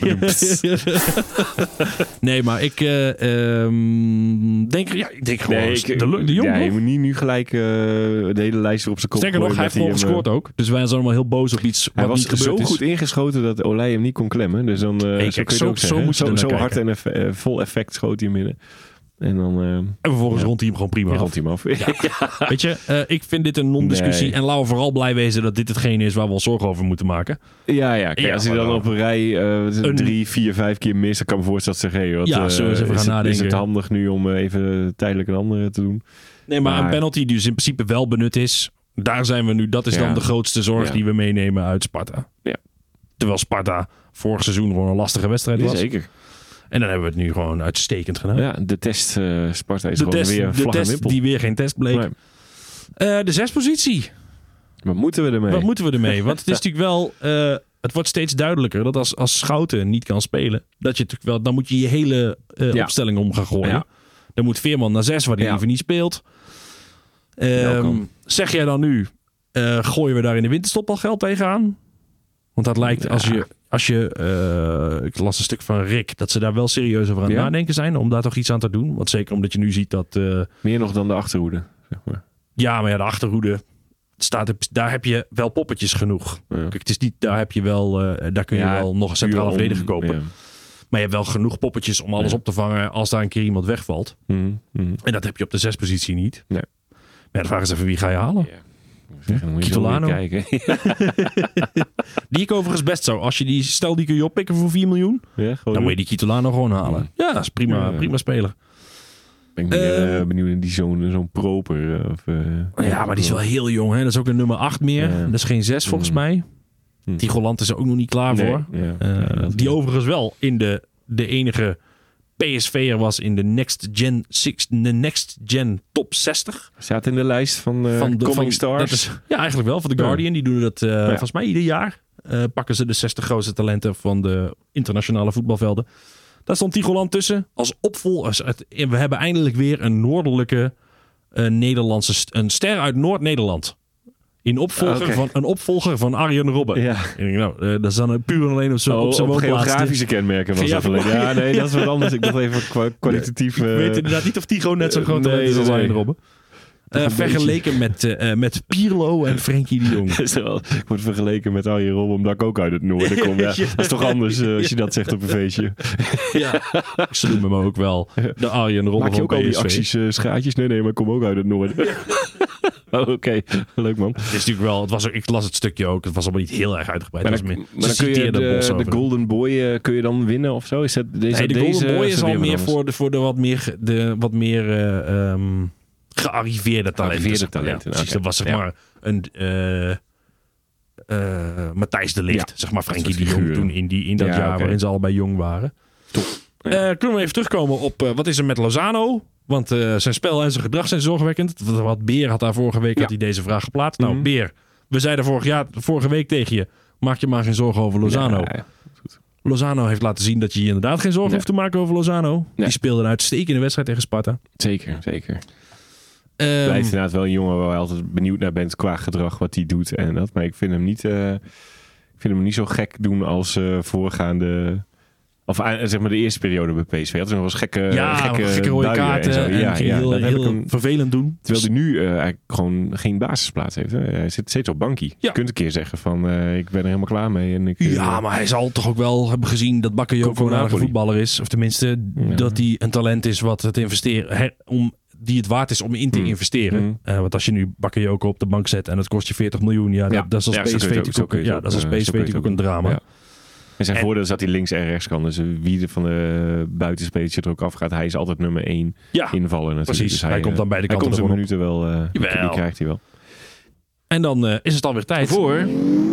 Speaker 1: Nee, maar ik uh, um, denk, ja, ik denk gewoon
Speaker 5: Nee, ik-
Speaker 1: de, de Jong.
Speaker 5: ja, je
Speaker 1: toch?
Speaker 5: moet niet nu gelijk uh, de hele lijst erop zijn kop
Speaker 1: Sterker nog,
Speaker 5: gooien
Speaker 1: hij heeft
Speaker 5: dat
Speaker 1: gewoon
Speaker 5: hem, uh,
Speaker 1: gescoord ook. Dus wij zijn allemaal heel boos op iets
Speaker 5: Hij
Speaker 1: wat
Speaker 5: was
Speaker 1: niet gebeurd
Speaker 5: zo
Speaker 1: is.
Speaker 5: goed ingeschoten dat Olij hem niet kon klemmen. Dus dan uh,
Speaker 1: Hey,
Speaker 5: zo,
Speaker 1: kijk,
Speaker 5: kun je
Speaker 1: zo-
Speaker 5: het ook
Speaker 1: zo
Speaker 5: zeggen.
Speaker 1: moet je
Speaker 5: zo,
Speaker 1: er
Speaker 5: zo
Speaker 1: naar
Speaker 5: hard en eff- uh, vol effect schoot hij hem binnen. En dan uh,
Speaker 1: En vervolgens
Speaker 5: Ja.
Speaker 1: rond hij hem gewoon prima
Speaker 5: ja.
Speaker 1: af.
Speaker 5: rond hij hem af. Ja.
Speaker 1: Weet je, uh, ik vind dit een non-discussie.
Speaker 5: Nee.
Speaker 1: En laten we vooral blij wezen dat dit hetgene is waar we ons zorgen over moeten maken.
Speaker 5: Ja, ja. Kijk,
Speaker 1: Ja,
Speaker 5: als hij dan
Speaker 1: maar-
Speaker 5: op een rij uh,
Speaker 1: Een-
Speaker 5: drie, vier, vijf keer mist, dan kan ik me voorstellen dat ze zeggen, hey, wat,
Speaker 1: Ja,
Speaker 5: uh,
Speaker 1: zullen we eens even
Speaker 5: is,
Speaker 1: gaan
Speaker 5: het, is
Speaker 1: nadenken?
Speaker 5: het handig nu om uh, even tijdelijk een andere te doen?
Speaker 1: Nee, maar,
Speaker 5: Maar-
Speaker 1: een penalty die dus in principe wel benut is. Daar zijn we nu. Dat is
Speaker 5: Ja.
Speaker 1: dan de grootste zorg
Speaker 5: Ja.
Speaker 1: die we meenemen uit Sparta.
Speaker 5: Ja.
Speaker 1: Terwijl Sparta vorig seizoen gewoon een lastige wedstrijd was.
Speaker 5: Zeker.
Speaker 1: En dan hebben we het nu gewoon uitstekend gedaan.
Speaker 5: Ja, de test uh, Sparta is
Speaker 1: de
Speaker 5: gewoon
Speaker 1: test,
Speaker 5: weer
Speaker 1: de
Speaker 5: vlag en
Speaker 1: test
Speaker 5: wimpel.
Speaker 1: die weer geen test bleek.
Speaker 5: Nee.
Speaker 1: Uh, de zespositie.
Speaker 5: Wat moeten we ermee?
Speaker 1: Wat moeten we ermee? Want het is natuurlijk wel... Uh, het wordt steeds duidelijker dat als, als Schouten niet kan spelen... Dat je natuurlijk wel, dan moet je je hele uh,
Speaker 5: Ja.
Speaker 1: opstelling om gaan gooien.
Speaker 5: Ja.
Speaker 1: Dan moet Veerman naar zes, waar hij
Speaker 5: Ja.
Speaker 1: liever niet speelt. Um,
Speaker 5: Welkom.
Speaker 1: zeg jij dan nu... Uh, gooien we daar in de winterstop al geld tegenaan? Want dat lijkt
Speaker 5: Ja.
Speaker 1: als je... Als je uh, ik las een stuk van Rick... dat ze daar wel serieus over aan het
Speaker 5: Ja.
Speaker 1: nadenken zijn... om daar toch iets aan te doen. Want zeker omdat je nu ziet dat... Uh,
Speaker 5: Meer nog dan de achterhoede, zeg maar.
Speaker 1: ja, maar ja, de achterhoede... Staat, op- daar heb je wel poppetjes genoeg.
Speaker 5: Ja.
Speaker 1: Kijk, het is niet, daar heb je wel, uh, daar kun je
Speaker 5: Ja,
Speaker 1: wel nog een centrale
Speaker 5: puur om-
Speaker 1: verdediger kopen.
Speaker 5: Ja.
Speaker 1: Maar je hebt wel genoeg poppetjes om alles
Speaker 5: Ja.
Speaker 1: op te vangen als daar een keer iemand wegvalt.
Speaker 5: Mhm, mhm.
Speaker 1: En dat heb je op de zespositie niet.
Speaker 5: Nee.
Speaker 1: Maar de vraag is even wie ga je halen?
Speaker 5: Ja. Zeg, dan moet je
Speaker 1: Kitolano.
Speaker 5: wel weer kijken.
Speaker 1: Die ik overigens best zou. Als je die, stel die kun je oppikken voor vier miljoen.
Speaker 5: Ja, gewoon
Speaker 1: Dan moet je die Kitolano gewoon halen. Ja, dat is prima,
Speaker 5: Ja.
Speaker 1: prima speler.
Speaker 5: ben ik meer,
Speaker 1: Ehm.
Speaker 5: uh, benieuwd in die zo'n zo'n proper. Uh, of, uh,
Speaker 1: Ja, maar die is wel heel jong. Hè? Dat is ook een nummer acht meer.
Speaker 5: Ja.
Speaker 1: Dat is geen zes volgens
Speaker 5: Mm.
Speaker 1: mij.
Speaker 5: Hm.
Speaker 1: Tigoland is er ook nog niet klaar
Speaker 5: Nee,
Speaker 1: voor.
Speaker 5: ja,
Speaker 1: Uh,
Speaker 5: nee, dat
Speaker 1: die
Speaker 5: niet.
Speaker 1: overigens wel in de, de enige P S V'er was in de Next Gen, six, de Next Gen Top zestig.
Speaker 5: Staat in de lijst van, uh,
Speaker 1: Van de
Speaker 5: Coming
Speaker 1: van,
Speaker 5: Stars.
Speaker 1: dat is, ja, eigenlijk wel. Van The
Speaker 5: Ja.
Speaker 1: Guardian. Die doen dat uh,
Speaker 5: ja.
Speaker 1: volgens mij ieder jaar. Uh, pakken ze de zestig grootste talenten van de internationale voetbalvelden. Daar stond Tigoland tussen. Als opvolger. We hebben eindelijk weer een noordelijke uh, Nederlandse st- een ster uit Noord-Nederland. In opvolger
Speaker 5: Okay.
Speaker 1: van, een opvolger van Arjen Robben.
Speaker 5: Ja.
Speaker 1: Ik denk, nou, uh, dat is dan puur en alleen op zijn
Speaker 5: Oh,
Speaker 1: op zijn
Speaker 5: op
Speaker 1: woonplaats.
Speaker 5: geografische kenmerken was
Speaker 1: Ja,
Speaker 5: dat alleen.
Speaker 1: voor-
Speaker 5: Ja, nee, dat is wat anders. Ik dacht even kwa- kwalitatief...
Speaker 1: Ik
Speaker 5: uh,
Speaker 1: weet inderdaad niet of Tigo net zo groot
Speaker 5: nee,
Speaker 1: talent is als
Speaker 5: nee.
Speaker 1: Arjen Robben. Uh,
Speaker 5: een
Speaker 1: vergeleken met, uh, met Pirlo en Frenkie de Jong.
Speaker 5: is er wel, ik word vergeleken met Arjen Robben omdat ik ook uit het noorden kom. Ja, dat is toch anders uh, als je dat zegt op een feestje.
Speaker 1: Ja, ze noemen me ook wel de Arjen Robben
Speaker 5: Maak je ook
Speaker 1: van
Speaker 5: al die
Speaker 1: P S V.
Speaker 5: acties, uh, schaatjes? Nee, nee, maar ik kom ook uit het noorden. Oh, Oké, okay. Leuk man.
Speaker 1: Het is natuurlijk wel, het was, ook- ik las het stukje ook. Het was allemaal niet heel erg uitgebreid.
Speaker 5: Maar
Speaker 1: Het was
Speaker 5: dan,
Speaker 1: meer-
Speaker 5: maar
Speaker 1: ze
Speaker 5: dan kun je
Speaker 1: citeerden
Speaker 5: de,
Speaker 1: Bos
Speaker 5: de
Speaker 1: over.
Speaker 5: Golden Boy uh, kun je dan winnen of zo? Is dat deze?
Speaker 1: Nee, de
Speaker 5: deze,
Speaker 1: Golden Boy
Speaker 5: uh,
Speaker 1: is al
Speaker 5: weer
Speaker 1: meer
Speaker 5: wat anders?
Speaker 1: voor de, voor de wat meer, de, wat meer uh, um, gearriveerde talenten.
Speaker 5: Gearriveerde
Speaker 1: zeg maar.
Speaker 5: talenten,
Speaker 1: Ja, precies,
Speaker 5: oké.
Speaker 1: dat was zeg
Speaker 5: Ja.
Speaker 1: maar een uh, uh, Matthijs de Ligt,
Speaker 5: Ja,
Speaker 1: zeg maar Frenkie
Speaker 5: dat
Speaker 1: de
Speaker 5: soort
Speaker 1: Jong
Speaker 5: figuren.
Speaker 1: toen in, die, in dat
Speaker 5: Ja,
Speaker 1: jaar
Speaker 5: oké.
Speaker 1: waarin ze allebei jong waren.
Speaker 5: Top.
Speaker 1: Uh, kunnen we even terugkomen op uh, wat is er met Lozano? Want uh, zijn spel en zijn gedrag zijn zorgwekkend. Wat Beer had daar vorige week
Speaker 5: Ja.
Speaker 1: had hij deze vraag geplaatst. Nou,
Speaker 5: Mhm.
Speaker 1: Beer, we zeiden vorig jaar, vorige week tegen je, maak je maar geen zorgen over Lozano.
Speaker 5: Ja, ja.
Speaker 1: Lozano heeft laten zien dat je je inderdaad geen zorgen
Speaker 5: Nee.
Speaker 1: hoeft te maken over Lozano.
Speaker 5: Nee.
Speaker 1: Die speelde een uitstekende wedstrijd tegen Sparta.
Speaker 5: Zeker, zeker.
Speaker 1: Um,
Speaker 5: Blijft inderdaad wel een jongen waar je altijd benieuwd naar bent qua gedrag, wat hij doet en dat. Maar ik vind hem niet, uh, ik vind hem niet zo gek doen als uh, voorgaande... Of uh, zeg maar de eerste periode bij P S V. Had hij nog wel eens gekke,
Speaker 1: ja,
Speaker 5: gekke,
Speaker 1: gekke rode
Speaker 5: buien
Speaker 1: kaarten
Speaker 5: en zo.
Speaker 1: en,
Speaker 5: Ja,
Speaker 1: ging
Speaker 5: ja,
Speaker 1: heel,
Speaker 5: dat heb ik
Speaker 1: heel
Speaker 5: hem-
Speaker 1: vervelend doen.
Speaker 5: Terwijl hij nu uh, eigenlijk gewoon geen basisplaats heeft. Hè. Hij zit steeds op bankie.
Speaker 1: Ja.
Speaker 5: Je kunt een keer zeggen van uh, ik ben er helemaal klaar mee. En ik, uh,
Speaker 1: Ja, maar hij zal toch ook wel hebben gezien dat Bakayoko
Speaker 5: Komt van
Speaker 1: een aardige
Speaker 5: Napoli.
Speaker 1: voetballer is. Of tenminste,
Speaker 5: Ja.
Speaker 1: dat hij een talent is wat het investeren, her, om, die het waard is om in te
Speaker 5: Mm.
Speaker 1: investeren.
Speaker 5: Mm.
Speaker 1: Uh, want als je nu Bakayoko op de bank zet en het kost je veertig miljoen, ja,
Speaker 5: Ja.
Speaker 1: dat, dat is als
Speaker 5: Ja, zo kun
Speaker 1: P S V
Speaker 5: je het ook-
Speaker 1: natuurlijk
Speaker 5: zo kun
Speaker 1: ook,
Speaker 5: je
Speaker 1: ja,
Speaker 5: het
Speaker 1: dat is als
Speaker 5: ook, uh,
Speaker 1: P S V
Speaker 5: zo kun je het
Speaker 1: natuurlijk ook een drama.
Speaker 5: Ja. En zijn
Speaker 1: En-
Speaker 5: voordeel is dat hij links en rechts kan. Dus wie er van de buitenspelers er ook afgaat, hij is altijd nummer één
Speaker 1: Ja,
Speaker 5: invallen natuurlijk.
Speaker 1: precies.
Speaker 5: Dus
Speaker 1: hij komt dan bij de
Speaker 5: hij
Speaker 1: kanten
Speaker 5: komt zijn
Speaker 1: ervan op.
Speaker 5: minuten wel, uh, die,
Speaker 1: Jawel.
Speaker 5: die krijgt hij wel.
Speaker 1: En dan uh, is het alweer tijd
Speaker 5: Voor?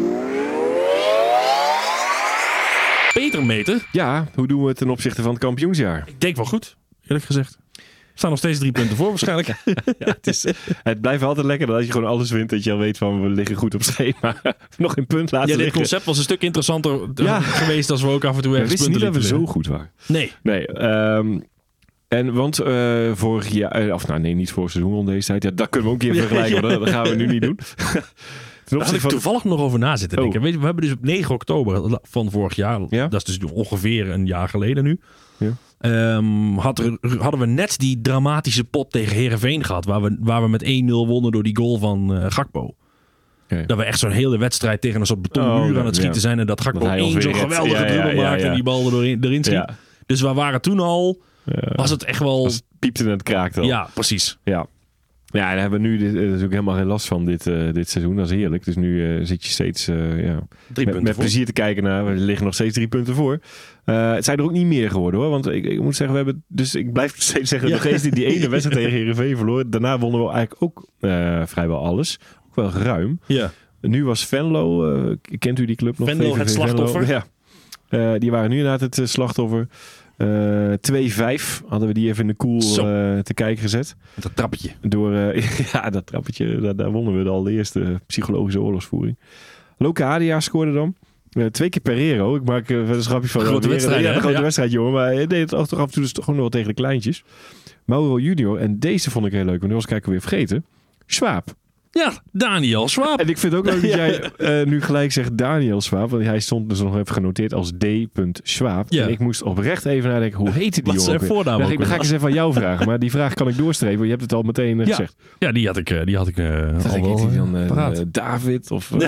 Speaker 1: Peter meten.
Speaker 5: Ja, hoe doen we het ten opzichte van het kampioensjaar?
Speaker 1: Ik denk wel goed, eerlijk gezegd. We staan nog steeds drie punten voor waarschijnlijk.
Speaker 5: Ja, het, is, het blijft altijd lekker dat als je gewoon alles wint, dat je al weet van we liggen goed op schema. Nog een punt laten
Speaker 1: Ja, dit
Speaker 5: liggen.
Speaker 1: concept was een stuk interessanter
Speaker 5: Ja.
Speaker 1: geweest als we ook af en toe
Speaker 5: We
Speaker 1: ergens
Speaker 5: wisten niet
Speaker 1: punten
Speaker 5: dat we
Speaker 1: lieten
Speaker 5: zo goed waren.
Speaker 1: liggen. Nee.
Speaker 5: Nee, um, en want uh, vorig jaar, uh, of nou nee, niet vorig seizoen rond deze tijd. Ja, dat kunnen we ook een keer vergelijken, maar dat, dat gaan we nu niet doen. Ten
Speaker 1: Daar had
Speaker 5: opzichte
Speaker 1: ik
Speaker 5: van...
Speaker 1: toevallig nog over na zitten
Speaker 5: Oh.
Speaker 1: denken. Weet je, we hebben dus op negen oktober van vorig jaar,
Speaker 5: Ja?
Speaker 1: dat is dus ongeveer een jaar geleden nu,
Speaker 5: Ja.
Speaker 1: um, had er, hadden we net die dramatische pot tegen Heerenveen gehad, waar we, waar we met één nul wonnen door die goal van uh, Gakpo.
Speaker 5: Okay.
Speaker 1: Dat we echt zo'n hele wedstrijd tegen een soort betonmuur
Speaker 5: Oh,
Speaker 1: aan het schieten
Speaker 5: ja.
Speaker 1: zijn en dat Gakpo
Speaker 5: Dat hij ons
Speaker 1: één
Speaker 5: weer
Speaker 1: zo'n
Speaker 5: redt.
Speaker 1: geweldige
Speaker 5: Ja, ja,
Speaker 1: dribbel
Speaker 5: ja,
Speaker 1: maakt
Speaker 5: ja.
Speaker 1: en die bal erin, erin schiet.
Speaker 5: Ja.
Speaker 1: Dus we waren toen al,
Speaker 5: Ja.
Speaker 1: was het echt wel...
Speaker 5: Als het piepte en het kraakte al.
Speaker 1: Ja, precies.
Speaker 5: Ja. Ja, en daar hebben we nu dit, uh, natuurlijk helemaal geen last van dit, uh, dit seizoen. Dat is heerlijk. Dus nu uh, zit je steeds uh, ja,
Speaker 1: Drie
Speaker 5: met,
Speaker 1: punten
Speaker 5: met
Speaker 1: voor.
Speaker 5: plezier te kijken naar. We liggen nog steeds drie punten voor. Uh, het zijn er ook niet meer geworden hoor. Want ik, ik moet zeggen, we hebben. Dus ik blijf steeds zeggen.
Speaker 1: Ja.
Speaker 5: Nog eens die, die ene wedstrijd tegen Heerenveen verloren. Daarna wonnen we eigenlijk ook uh, vrijwel alles. Ook wel ruim.
Speaker 1: Ja.
Speaker 5: Nu was Venlo. Uh, kent u die club nog?
Speaker 1: Venlo,
Speaker 5: V V V
Speaker 1: het slachtoffer.
Speaker 5: Venlo. Ja. Uh, die waren nu inderdaad het uh, slachtoffer. Uh, twee vijf hadden we die even in de koel uh, te kijken gezet.
Speaker 1: Met dat trappetje.
Speaker 5: Door, uh, ja, dat trappetje, daar, daar wonnen we de allereerste psychologische oorlogsvoering. Locadia scoorde dan. Uh, twee keer Pereiro. Ik maak uh, een grapje van.
Speaker 1: Grote
Speaker 5: weer,
Speaker 1: wedstrijd,
Speaker 5: Ja,
Speaker 1: hè?
Speaker 5: een grote
Speaker 1: Ja.
Speaker 5: wedstrijd, jongen. Maar hij deed het toch af en toe dus toch gewoon nog wel tegen de kleintjes. Mauro Junior. En deze vond ik heel leuk. Want die was ik weer vergeten. Schwab.
Speaker 1: Ja, Daniel Schwab.
Speaker 5: En ik vind ook leuk dat
Speaker 1: Ja.
Speaker 5: jij uh, nu gelijk zegt Daniel Schwab. Want hij stond dus nog even genoteerd als D. Schwab.
Speaker 1: Ja.
Speaker 5: En ik moest oprecht even nadenken. Hoe heette die
Speaker 1: Wat is
Speaker 5: jongen?
Speaker 1: zijn
Speaker 5: ook weer?
Speaker 1: voornaam
Speaker 5: Dan
Speaker 1: ook
Speaker 5: ga ik- dan ga ik
Speaker 1: weer?
Speaker 5: eens even aan jou vragen. Maar die vraag kan ik doorstrepen. Want je hebt het al meteen uh,
Speaker 1: Ja.
Speaker 5: gezegd.
Speaker 1: Ja, die had ik, uh, die had ik uh,
Speaker 5: Dan
Speaker 1: al
Speaker 5: denk
Speaker 1: wel
Speaker 5: ik,
Speaker 1: uh,
Speaker 5: dan, uh,
Speaker 1: paraat.
Speaker 5: uh, David of uh,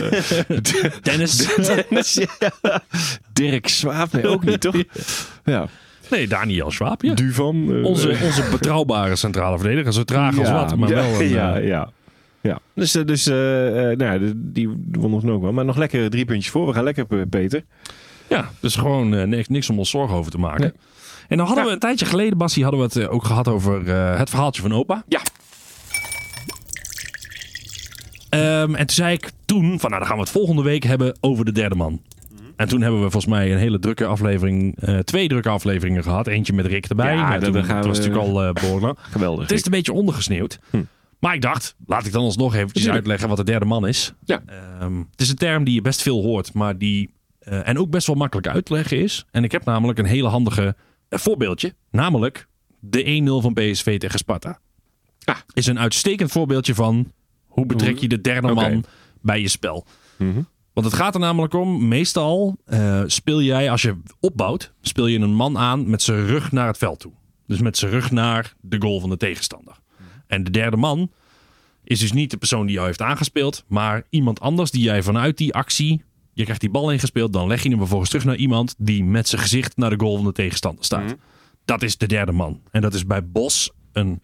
Speaker 1: Dennis.
Speaker 5: Dennis, ja. Dirk Swaap, nee, ook niet, toch? Ja.
Speaker 1: Nee, Daniel Schwab, ja.
Speaker 5: Duvan. Uh,
Speaker 1: Onze, onze betrouwbare centrale verdediger. Zo traag als
Speaker 5: ja,
Speaker 1: wat, maar
Speaker 5: ja,
Speaker 1: wel een,
Speaker 5: ja,
Speaker 1: uh,
Speaker 5: ja. Ja. Dus, uh, dus uh, uh, nou ja, die, die won ons ook wel. Maar nog lekker drie puntjes voor. We gaan lekker, uh, Peter.
Speaker 1: ja, dus gewoon uh, niks, niks om ons zorgen over te maken.
Speaker 5: Nee.
Speaker 1: En dan hadden
Speaker 5: Ja.
Speaker 1: we een tijdje geleden, Bassie, hadden we het uh, ook gehad over uh, het verhaaltje van opa.
Speaker 5: Ja.
Speaker 1: Um, en toen zei ik, toen, van nou dan gaan we het volgende week hebben over de derde man. En toen hebben we volgens mij een hele drukke aflevering, uh, twee drukke afleveringen gehad. Eentje met Rick erbij.
Speaker 5: Ja,
Speaker 1: nou,
Speaker 5: dat,
Speaker 1: toen,
Speaker 5: gaan
Speaker 1: dat was
Speaker 5: we...
Speaker 1: natuurlijk al uh, behoorlijk.
Speaker 5: Geweldig.
Speaker 1: Het is een beetje ondergesneeuwd.
Speaker 5: Hm.
Speaker 1: Maar ik dacht, laat ik dan alsnog eventjes
Speaker 5: Tuurlijk.
Speaker 1: uitleggen wat de derde man is.
Speaker 5: Ja.
Speaker 1: Um, het is een term die je best veel hoort, maar die uh, en ook best wel makkelijk uit te leggen is. En ik heb namelijk een hele handige uh, voorbeeldje. Namelijk de een nul van P S V tegen Sparta.
Speaker 5: Ah.
Speaker 1: Is een uitstekend voorbeeldje van hoe betrek je de derde
Speaker 5: Okay.
Speaker 1: man bij je spel.
Speaker 5: Mm-hmm.
Speaker 1: Want het gaat er namelijk om, meestal uh, speel jij, als je opbouwt, speel je een man aan met zijn rug naar het veld toe. Dus met zijn rug naar de goal van de tegenstander. En de derde man is dus niet de persoon die jou heeft aangespeeld, maar iemand anders die jij vanuit die actie, je krijgt die bal ingespeeld, dan leg je hem vervolgens terug naar iemand die met zijn gezicht naar de goal van de tegenstander staat. Mm-hmm. Dat is de derde man. En dat is bij Bos een,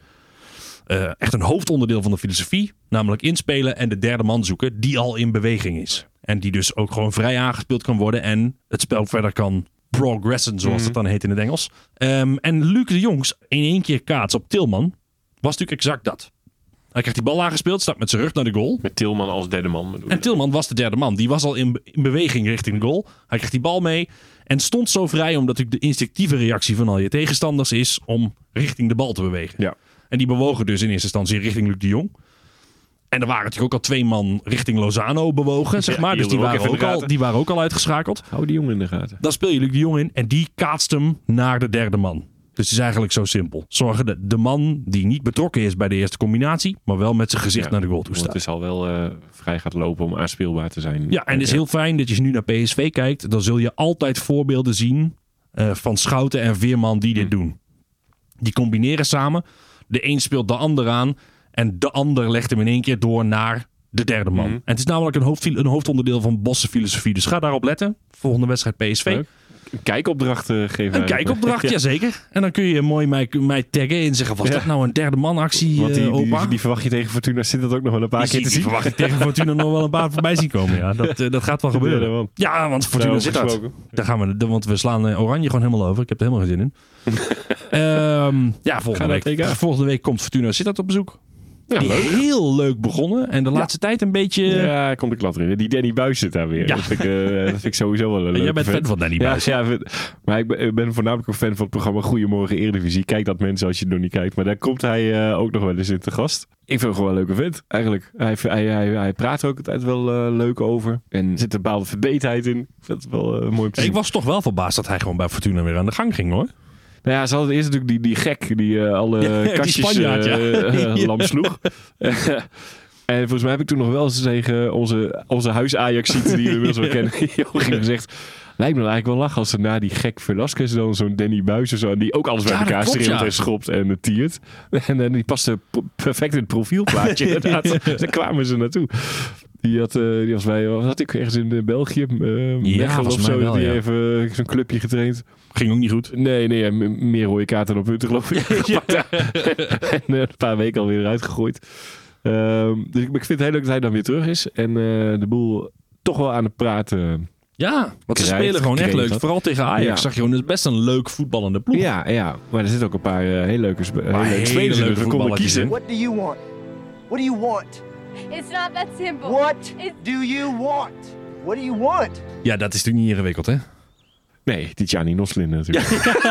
Speaker 1: uh, echt een hoofdonderdeel van de filosofie, namelijk inspelen en de derde man zoeken die al in beweging is. En die dus ook gewoon vrij aangespeeld kan worden en het spel verder kan progressen, zoals mm-hmm. het dan heet in het Engels. Um, en Luc de Jongs in één keer kaats op Tilman was natuurlijk exact dat. Hij krijgt die bal aangespeeld, staat met zijn rug naar de goal.
Speaker 5: Met Tilman als derde man.
Speaker 1: En Tilman was de derde man. Die was al in, in beweging richting de goal. Hij krijgt die bal mee en stond zo vrij omdat natuurlijk de instinctieve reactie van al je tegenstanders is om richting de bal te bewegen.
Speaker 5: Ja.
Speaker 1: En die bewogen dus in eerste instantie richting Luc de Jong. En er waren natuurlijk ook al twee man richting Lozano bewogen, zeg maar. Ja, dus die waren, ook al, die waren ook al uitgeschakeld.
Speaker 5: Hou die jongen in de gaten.
Speaker 1: Dan speel je Luc de Jong in en die kaatst hem naar de derde man. Dus het is eigenlijk zo simpel. Zorgen de, de man die niet betrokken is bij de eerste combinatie, maar wel met zijn gezicht ja, naar de goal toe staat.
Speaker 5: Het is al wel uh, vrij gaat lopen om aanspeelbaar te zijn.
Speaker 1: Ja, en het is heel fijn dat je nu naar P S V kijkt. Dan zul je altijd voorbeelden zien uh, van Schouten en Veerman die dit hmm. doen. Die combineren samen. De een speelt de ander aan. En de ander legt hem in één keer door naar de derde man. Mm. En het is namelijk een, hoofd, een hoofdonderdeel van Bosse filosofie. Dus ga daarop letten. Volgende wedstrijd P S V.
Speaker 5: Leuk. Een kijkopdracht uh, geven.
Speaker 1: Een kijkopdracht, ja. Jazeker. En dan kun je mooi mij, mij taggen en zeggen, was ja. dat nou een derde man actie,
Speaker 5: Want die,
Speaker 1: uh, opa?
Speaker 5: Die, die verwacht je tegen Fortuna zit dat ook nog wel een paar
Speaker 1: die
Speaker 5: keer te
Speaker 1: die
Speaker 5: zien.
Speaker 1: Die verwacht ik tegen Fortuna nog wel een paar voorbij zien komen. Ja. Dat, uh, dat gaat wel gebeuren. Ja, ja want Fortuna zit dat. Daar gaan we, want we slaan uh, Oranje gewoon helemaal over. Ik heb er helemaal geen zin in. um, ja, volgende week, volgende week komt Fortuna zit dat op bezoek. Ja, leuk. Heel leuk begonnen. En de laatste ja. tijd een beetje...
Speaker 5: Ja, komt de klad erin. Die Danny Buis zit daar weer. Ja. Dat, vind ik, uh, dat vind ik sowieso wel een leuk.
Speaker 1: Jij bent fan van Danny Buis.
Speaker 5: Ja, ja, maar ik ben, ik ben voornamelijk een fan van het programma Goedemorgen Eredivisie. Kijk dat mensen als je er nog niet kijkt. Maar daar komt hij uh, ook nog wel eens in te gast. Ik vind hem gewoon een leuke vent, eigenlijk. Hij, hij, hij, hij praat er ook altijd wel uh, leuk over. En er zit een bepaalde verbeterheid in. Ik vind het wel uh, mooi om te zien.
Speaker 1: Ik was toch wel verbaasd dat hij gewoon bij Fortuna weer aan de gang ging, hoor.
Speaker 5: Nou ja, ze hadden eerst natuurlijk die, die gek die uh, alle ja, kastjes uh, ja. uh, lam sloeg. En volgens mij heb ik toen nog wel eens tegen onze, onze huis-Ajax-ziet die we inmiddels wel kennen, gezegd, lijkt me eigenlijk wel lachen als er na die gek Velasquez dan zo'n Danny Buis of zo, die ook alles bij ja, elkaar streelt ja. en schopt en tiert. En, en die paste perfect in het profielplaatje inderdaad. Daar kwamen ze naartoe. Die had, uh, die was bij, wat had ik ergens in België, uh, ja, Mechelen of zo, wel, die ja. even zo'n clubje getraind.
Speaker 1: Ging ook niet goed.
Speaker 5: Nee, nee, meer rode kaarten op punten geloof ik. Ja. En uh, een paar weken alweer eruit gegooid. Uh, dus ik vind het heel leuk dat hij dan weer terug is. En uh, de boel toch wel aan het praten.
Speaker 1: Ja, want ze spelen gewoon echt leuk. Dat. Vooral tegen Ajax ja. zag je gewoon, het is best een leuk voetballende ploeg.
Speaker 5: Ja, ja, maar er zitten ook een paar uh, heel leuke, spe- heel leuke spelers in. Dus we konden kiezen.
Speaker 7: What do you want? What do you want?
Speaker 8: It's not that simple.
Speaker 7: What It's... do you want? What do you want?
Speaker 1: Ja, dat is natuurlijk niet ingewikkeld, hè?
Speaker 5: Nee, Tijani Noslin natuurlijk.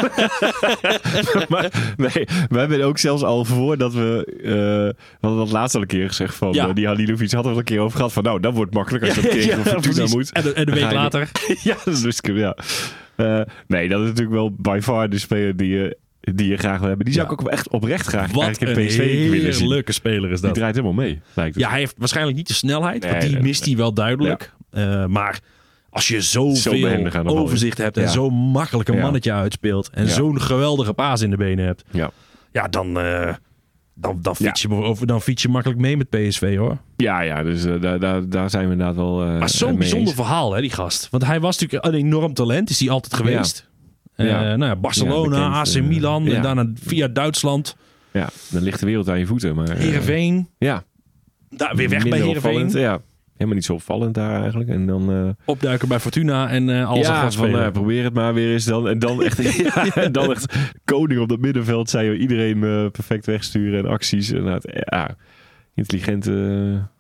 Speaker 5: Ja. Maar nee, wij hebben ook zelfs al voordat we... Uh, we hadden dat laatst al een keer gezegd van... Ja. Uh, die Halilovic hadden we al een keer over gehad van... Nou, dat wordt makkelijk als je dat keer ja, Fortuna moet.
Speaker 1: En, en een week later.
Speaker 5: Ja, dat is dus... Ja. Uh, nee, dat is natuurlijk wel by far de speler die je... die je graag wil hebben. Die zou ja. ik ook echt oprecht graag
Speaker 1: Wat
Speaker 5: in P S V willen zien.
Speaker 1: Leuke speler is dat.
Speaker 5: Die draait helemaal mee, lijkt het.
Speaker 1: Ja, hij heeft waarschijnlijk niet de snelheid. Nee, want die nee, mist hij nee. wel duidelijk. Ja. Uh, maar als je zoveel zo overzicht hebt... en ja. zo makkelijk een ja. mannetje uitspeelt... en ja. zo'n geweldige paas in de benen hebt... ja, ja dan, uh, dan, dan, fiets ja. je over, dan fiets je makkelijk mee met P S V, hoor.
Speaker 5: Ja, ja, dus uh, daar, daar, daar zijn we inderdaad wel uh,
Speaker 1: Maar zo'n bijzonder eens. verhaal, hè, die gast. Want hij was natuurlijk een enorm talent. Is hij altijd geweest. Ja. Uh, ja. Nou ja, Barcelona, ja, bekend, A C Milan uh, en ja. daarna via Duitsland.
Speaker 5: Ja, dan ligt de wereld aan je voeten. Maar, uh,
Speaker 1: Heerenveen.
Speaker 5: Ja.
Speaker 1: Daar, weer weg bij Heerenveen.
Speaker 5: Ja, helemaal niet zo opvallend daar eigenlijk. En dan, uh,
Speaker 1: opduiken bij Fortuna en uh, alles
Speaker 5: ja,
Speaker 1: gaan spelen.
Speaker 5: Van, uh, probeer het maar weer eens dan. En dan echt, ja, en dan echt koning op dat middenveld. Zei je iedereen uh, perfect wegsturen en acties. En, uh, ja, intelligente... Uh,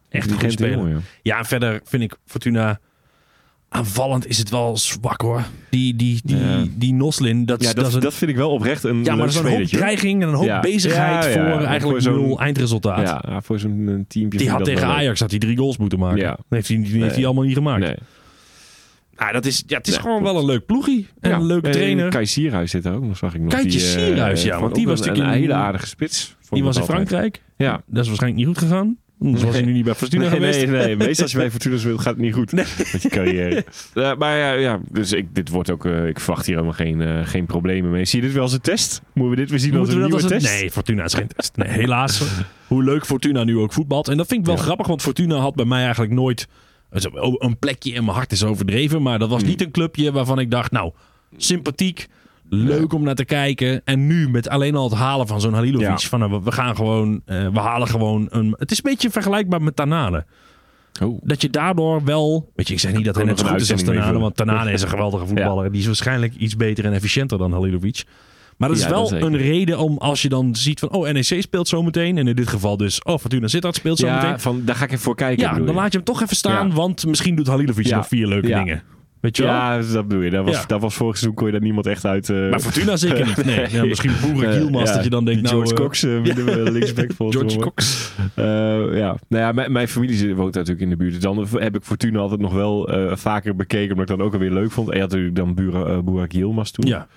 Speaker 1: Echt een goede
Speaker 5: Gent heel
Speaker 1: speler.
Speaker 5: mooi, ja.
Speaker 1: Ja, en verder vind ik Fortuna... Aanvallend is het wel zwak hoor. Die, die, die,
Speaker 5: Ja.
Speaker 1: die Noslin, dat, is-
Speaker 5: Ja,
Speaker 1: dat,
Speaker 5: dat,
Speaker 1: is een,
Speaker 5: dat vind ik wel oprecht een
Speaker 1: ja, maar
Speaker 5: leuk
Speaker 1: dat is een hoop
Speaker 5: spelertje, hoor.
Speaker 1: dreiging en een hoop
Speaker 5: Ja.
Speaker 1: bezigheid
Speaker 5: Ja, ja,
Speaker 1: voor
Speaker 5: ja.
Speaker 1: eigenlijk
Speaker 5: Voor zo'n-
Speaker 1: nul eindresultaat.
Speaker 5: Ja, ja, voor zo'n een teampje.
Speaker 1: Die
Speaker 5: vind
Speaker 1: had
Speaker 5: ik dat
Speaker 1: tegen
Speaker 5: wel leuk.
Speaker 1: Ajax had hij drie goals moeten maken.
Speaker 5: Ja.
Speaker 1: Dat heeft hij, die heeft
Speaker 5: Nee.
Speaker 1: hij allemaal niet gemaakt.
Speaker 5: Nee.
Speaker 1: Nou, dat is, ja, het is
Speaker 5: Nee,
Speaker 1: gewoon
Speaker 5: klopt.
Speaker 1: wel een leuk ploegie. En
Speaker 5: Ja.
Speaker 1: een leuke
Speaker 5: En
Speaker 1: trainer.
Speaker 5: Kai Sierhuis zit er ook nog, zag ik nog.
Speaker 1: Kaitje
Speaker 5: Die, eh,
Speaker 1: Sierhuis, ja,
Speaker 5: vond
Speaker 1: want
Speaker 5: ik
Speaker 1: die
Speaker 5: ook
Speaker 1: was
Speaker 5: een,
Speaker 1: natuurlijk
Speaker 5: een
Speaker 1: in-
Speaker 5: hele aardige spits. Vond
Speaker 1: Die
Speaker 5: ik
Speaker 1: was in
Speaker 5: altijd.
Speaker 1: Frankrijk.
Speaker 5: Ja.
Speaker 1: Dat is waarschijnlijk niet goed gegaan. Anders was hij nu niet bij Fortuna
Speaker 5: Nee,
Speaker 1: geweest.
Speaker 5: nee, nee. Meestal als je bij Fortuna speelt, gaat het niet goed met je carrière. Uh, maar ja, ja, dus ik, dit wordt ook, uh, ik verwacht hier helemaal geen, uh, geen problemen mee. Zie je dit wel als een test? Moeten we dit weer zien als
Speaker 1: Moeten
Speaker 5: een
Speaker 1: we dat
Speaker 5: nieuwe
Speaker 1: als een-
Speaker 5: test?
Speaker 1: Nee, Fortuna is geen test. Nee, helaas. Hoe leuk Fortuna nu ook voetbalt. En dat vind ik wel
Speaker 5: Ja.
Speaker 1: grappig, want Fortuna had bij mij eigenlijk nooit... Een plekje in mijn hart is overdreven, maar dat was niet een clubje waarvan ik dacht, nou, sympathiek, leuk om naar te kijken. En nu met alleen al het halen van zo'n Halilovic,
Speaker 5: Ja.
Speaker 1: van uh, we gaan gewoon, uh, we halen gewoon een... Het is een beetje vergelijkbaar met Tanane.
Speaker 5: Oh.
Speaker 1: Dat je daardoor wel... Weet je, ik zeg niet dat hij
Speaker 5: Kan
Speaker 1: net zo
Speaker 5: nog een
Speaker 1: goed is als
Speaker 5: uitzending
Speaker 1: Tanane,
Speaker 5: mee
Speaker 1: want Tanane is een geweldige voetballer. Die is waarschijnlijk iets beter en efficiënter dan Halilovic. Maar dat is
Speaker 5: Ja,
Speaker 1: wel
Speaker 5: dat zeker.
Speaker 1: een reden om, als je dan ziet van, oh, N E C speelt zometeen. En in dit geval dus, oh, Fortuna Sittard speelt zometeen.
Speaker 5: Ja, van, daar ga ik even voor kijken.
Speaker 1: Ja,
Speaker 5: bedoel
Speaker 1: dan
Speaker 5: je?
Speaker 1: laat je hem toch even staan,
Speaker 5: Ja.
Speaker 1: want misschien doet Halilovic
Speaker 5: Ja.
Speaker 1: nog vier leuke
Speaker 5: Ja.
Speaker 1: dingen. Weet je wel?
Speaker 5: Ja, dat bedoel je. Dat was,
Speaker 1: Ja.
Speaker 5: dat was vorig seizoen kon je daar niemand echt uit... Uh...
Speaker 1: Maar Fortuna zeker niet. Nee, ja, misschien Boeren Gielmas,
Speaker 5: Uh, ja,
Speaker 1: dat je dan denkt,
Speaker 5: die
Speaker 1: nou...
Speaker 5: George
Speaker 1: uh,
Speaker 5: Cox, uh, midden- linksback volgens
Speaker 1: George
Speaker 5: mij.
Speaker 1: Cox.
Speaker 5: Uh, ja, nou ja, mijn, mijn familie zit- woont natuurlijk in de buurt. Dus dan heb ik Fortuna altijd nog wel uh, vaker bekeken, omdat ik dan ook alweer leuk vond. En je had natuurlijk dan Bura, uh, Burak Yilmaz toen.
Speaker 1: Ja.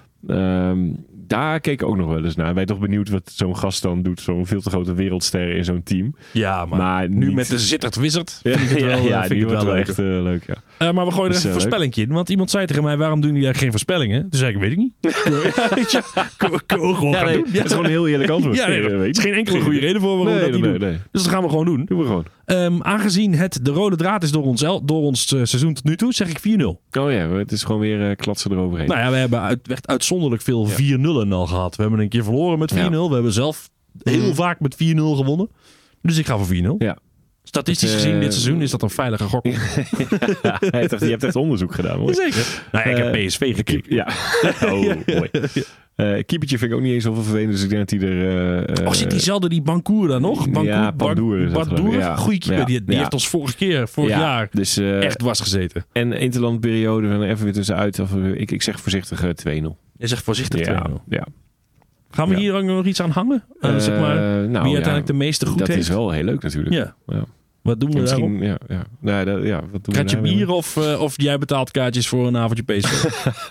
Speaker 5: Um, daar keek ik ook nog wel eens naar. Ben je toch benieuwd wat zo'n gast dan doet? Zo'n veel te grote wereldster in zo'n team.
Speaker 1: Ja, maar,
Speaker 5: Maar
Speaker 1: nu
Speaker 5: niet-
Speaker 1: met de Sittard Wizard
Speaker 5: Ja,
Speaker 1: vind ik het wel,
Speaker 5: ja, ja,
Speaker 1: vind
Speaker 5: die
Speaker 1: ik het
Speaker 5: wordt
Speaker 1: wel
Speaker 5: wel
Speaker 1: leuk.
Speaker 5: echt uh, leuk, ja.
Speaker 1: Uh, maar we gooien er
Speaker 5: Dus,
Speaker 1: even een
Speaker 5: uh,
Speaker 1: voorspellingje in. Want iemand zei tegen mij, waarom doen jullie eigenlijk geen voorspellingen? Toen zei ik, weet ik niet. Ja, weet je, kunnen we kunnen we gewoon
Speaker 5: Ja,
Speaker 1: gaan
Speaker 5: nee,
Speaker 1: doen.
Speaker 5: dat is gewoon een heel eerlijk antwoord.
Speaker 1: Ja, nee,
Speaker 5: Ja,
Speaker 1: er
Speaker 5: weet
Speaker 1: is
Speaker 5: je.
Speaker 1: geen enkele goede reden voor waarom we
Speaker 5: Nee,
Speaker 1: dat niet
Speaker 5: nee,
Speaker 1: doen.
Speaker 5: nee.
Speaker 1: Dus dat gaan we gewoon doen.
Speaker 5: Doen we gewoon.
Speaker 1: Um, aangezien het de rode draad is door ons, el- door ons uh, seizoen tot nu toe, zeg ik vier nul.
Speaker 5: Oh ja, het is gewoon weer uh, klatsen eroverheen.
Speaker 1: Nou ja, we hebben uit, echt uitzonderlijk veel vier nullen al gehad. We hebben een keer verloren met vier nul.
Speaker 5: Ja.
Speaker 1: We hebben zelf heel vaak met vier nul gewonnen. Dus ik ga voor vier nul.
Speaker 5: Ja.
Speaker 1: Statistisch
Speaker 5: Het, uh,
Speaker 1: gezien dit seizoen is dat een veilige gok.
Speaker 5: Ja, je, hebt echt, je hebt echt onderzoek gedaan, hoor.
Speaker 1: Zeker. Nou, ja, ik heb
Speaker 5: Uh,
Speaker 1: P S V gekeken.
Speaker 5: Ja. Oh, mooi. Uh, keepertje vind ik ook niet eens zoveel vervelend, dus ik denk dat hij er... Uh,
Speaker 1: Oh, zit diezelfde die Bancour daar nog? Bancour,
Speaker 5: Ja, Bandoer is dat
Speaker 1: Bandoer,
Speaker 5: geloof ik, ja.
Speaker 1: goeie keeper.
Speaker 5: Ja,
Speaker 1: Die, die
Speaker 5: ja.
Speaker 1: heeft ons vorige keer, vorig
Speaker 5: ja,
Speaker 1: jaar,
Speaker 5: dus, uh,
Speaker 1: echt dwars gezeten.
Speaker 5: En interlandperiode, van even weer tussenuit. Of, uh, ik, ik zeg voorzichtig uh, twee nul.
Speaker 1: Je zegt voorzichtig twee nul.
Speaker 5: Ja, ja.
Speaker 1: Gaan we
Speaker 5: Ja.
Speaker 1: hier ook nog iets aan hangen? Uh,
Speaker 5: Uh,
Speaker 1: zeg maar,
Speaker 5: nou,
Speaker 1: wie uiteindelijk
Speaker 5: ja,
Speaker 1: de meeste goed
Speaker 5: dat
Speaker 1: heeft?
Speaker 5: is wel heel leuk natuurlijk.
Speaker 1: Ja.
Speaker 5: Ja.
Speaker 1: Wat doen we daarop?
Speaker 5: Misschien, ja, ja. Nou, dat, ja, wat doen
Speaker 1: Kaartje
Speaker 5: we daar
Speaker 1: bier of, uh, of jij betaalt kaartjes voor een avondje P S V?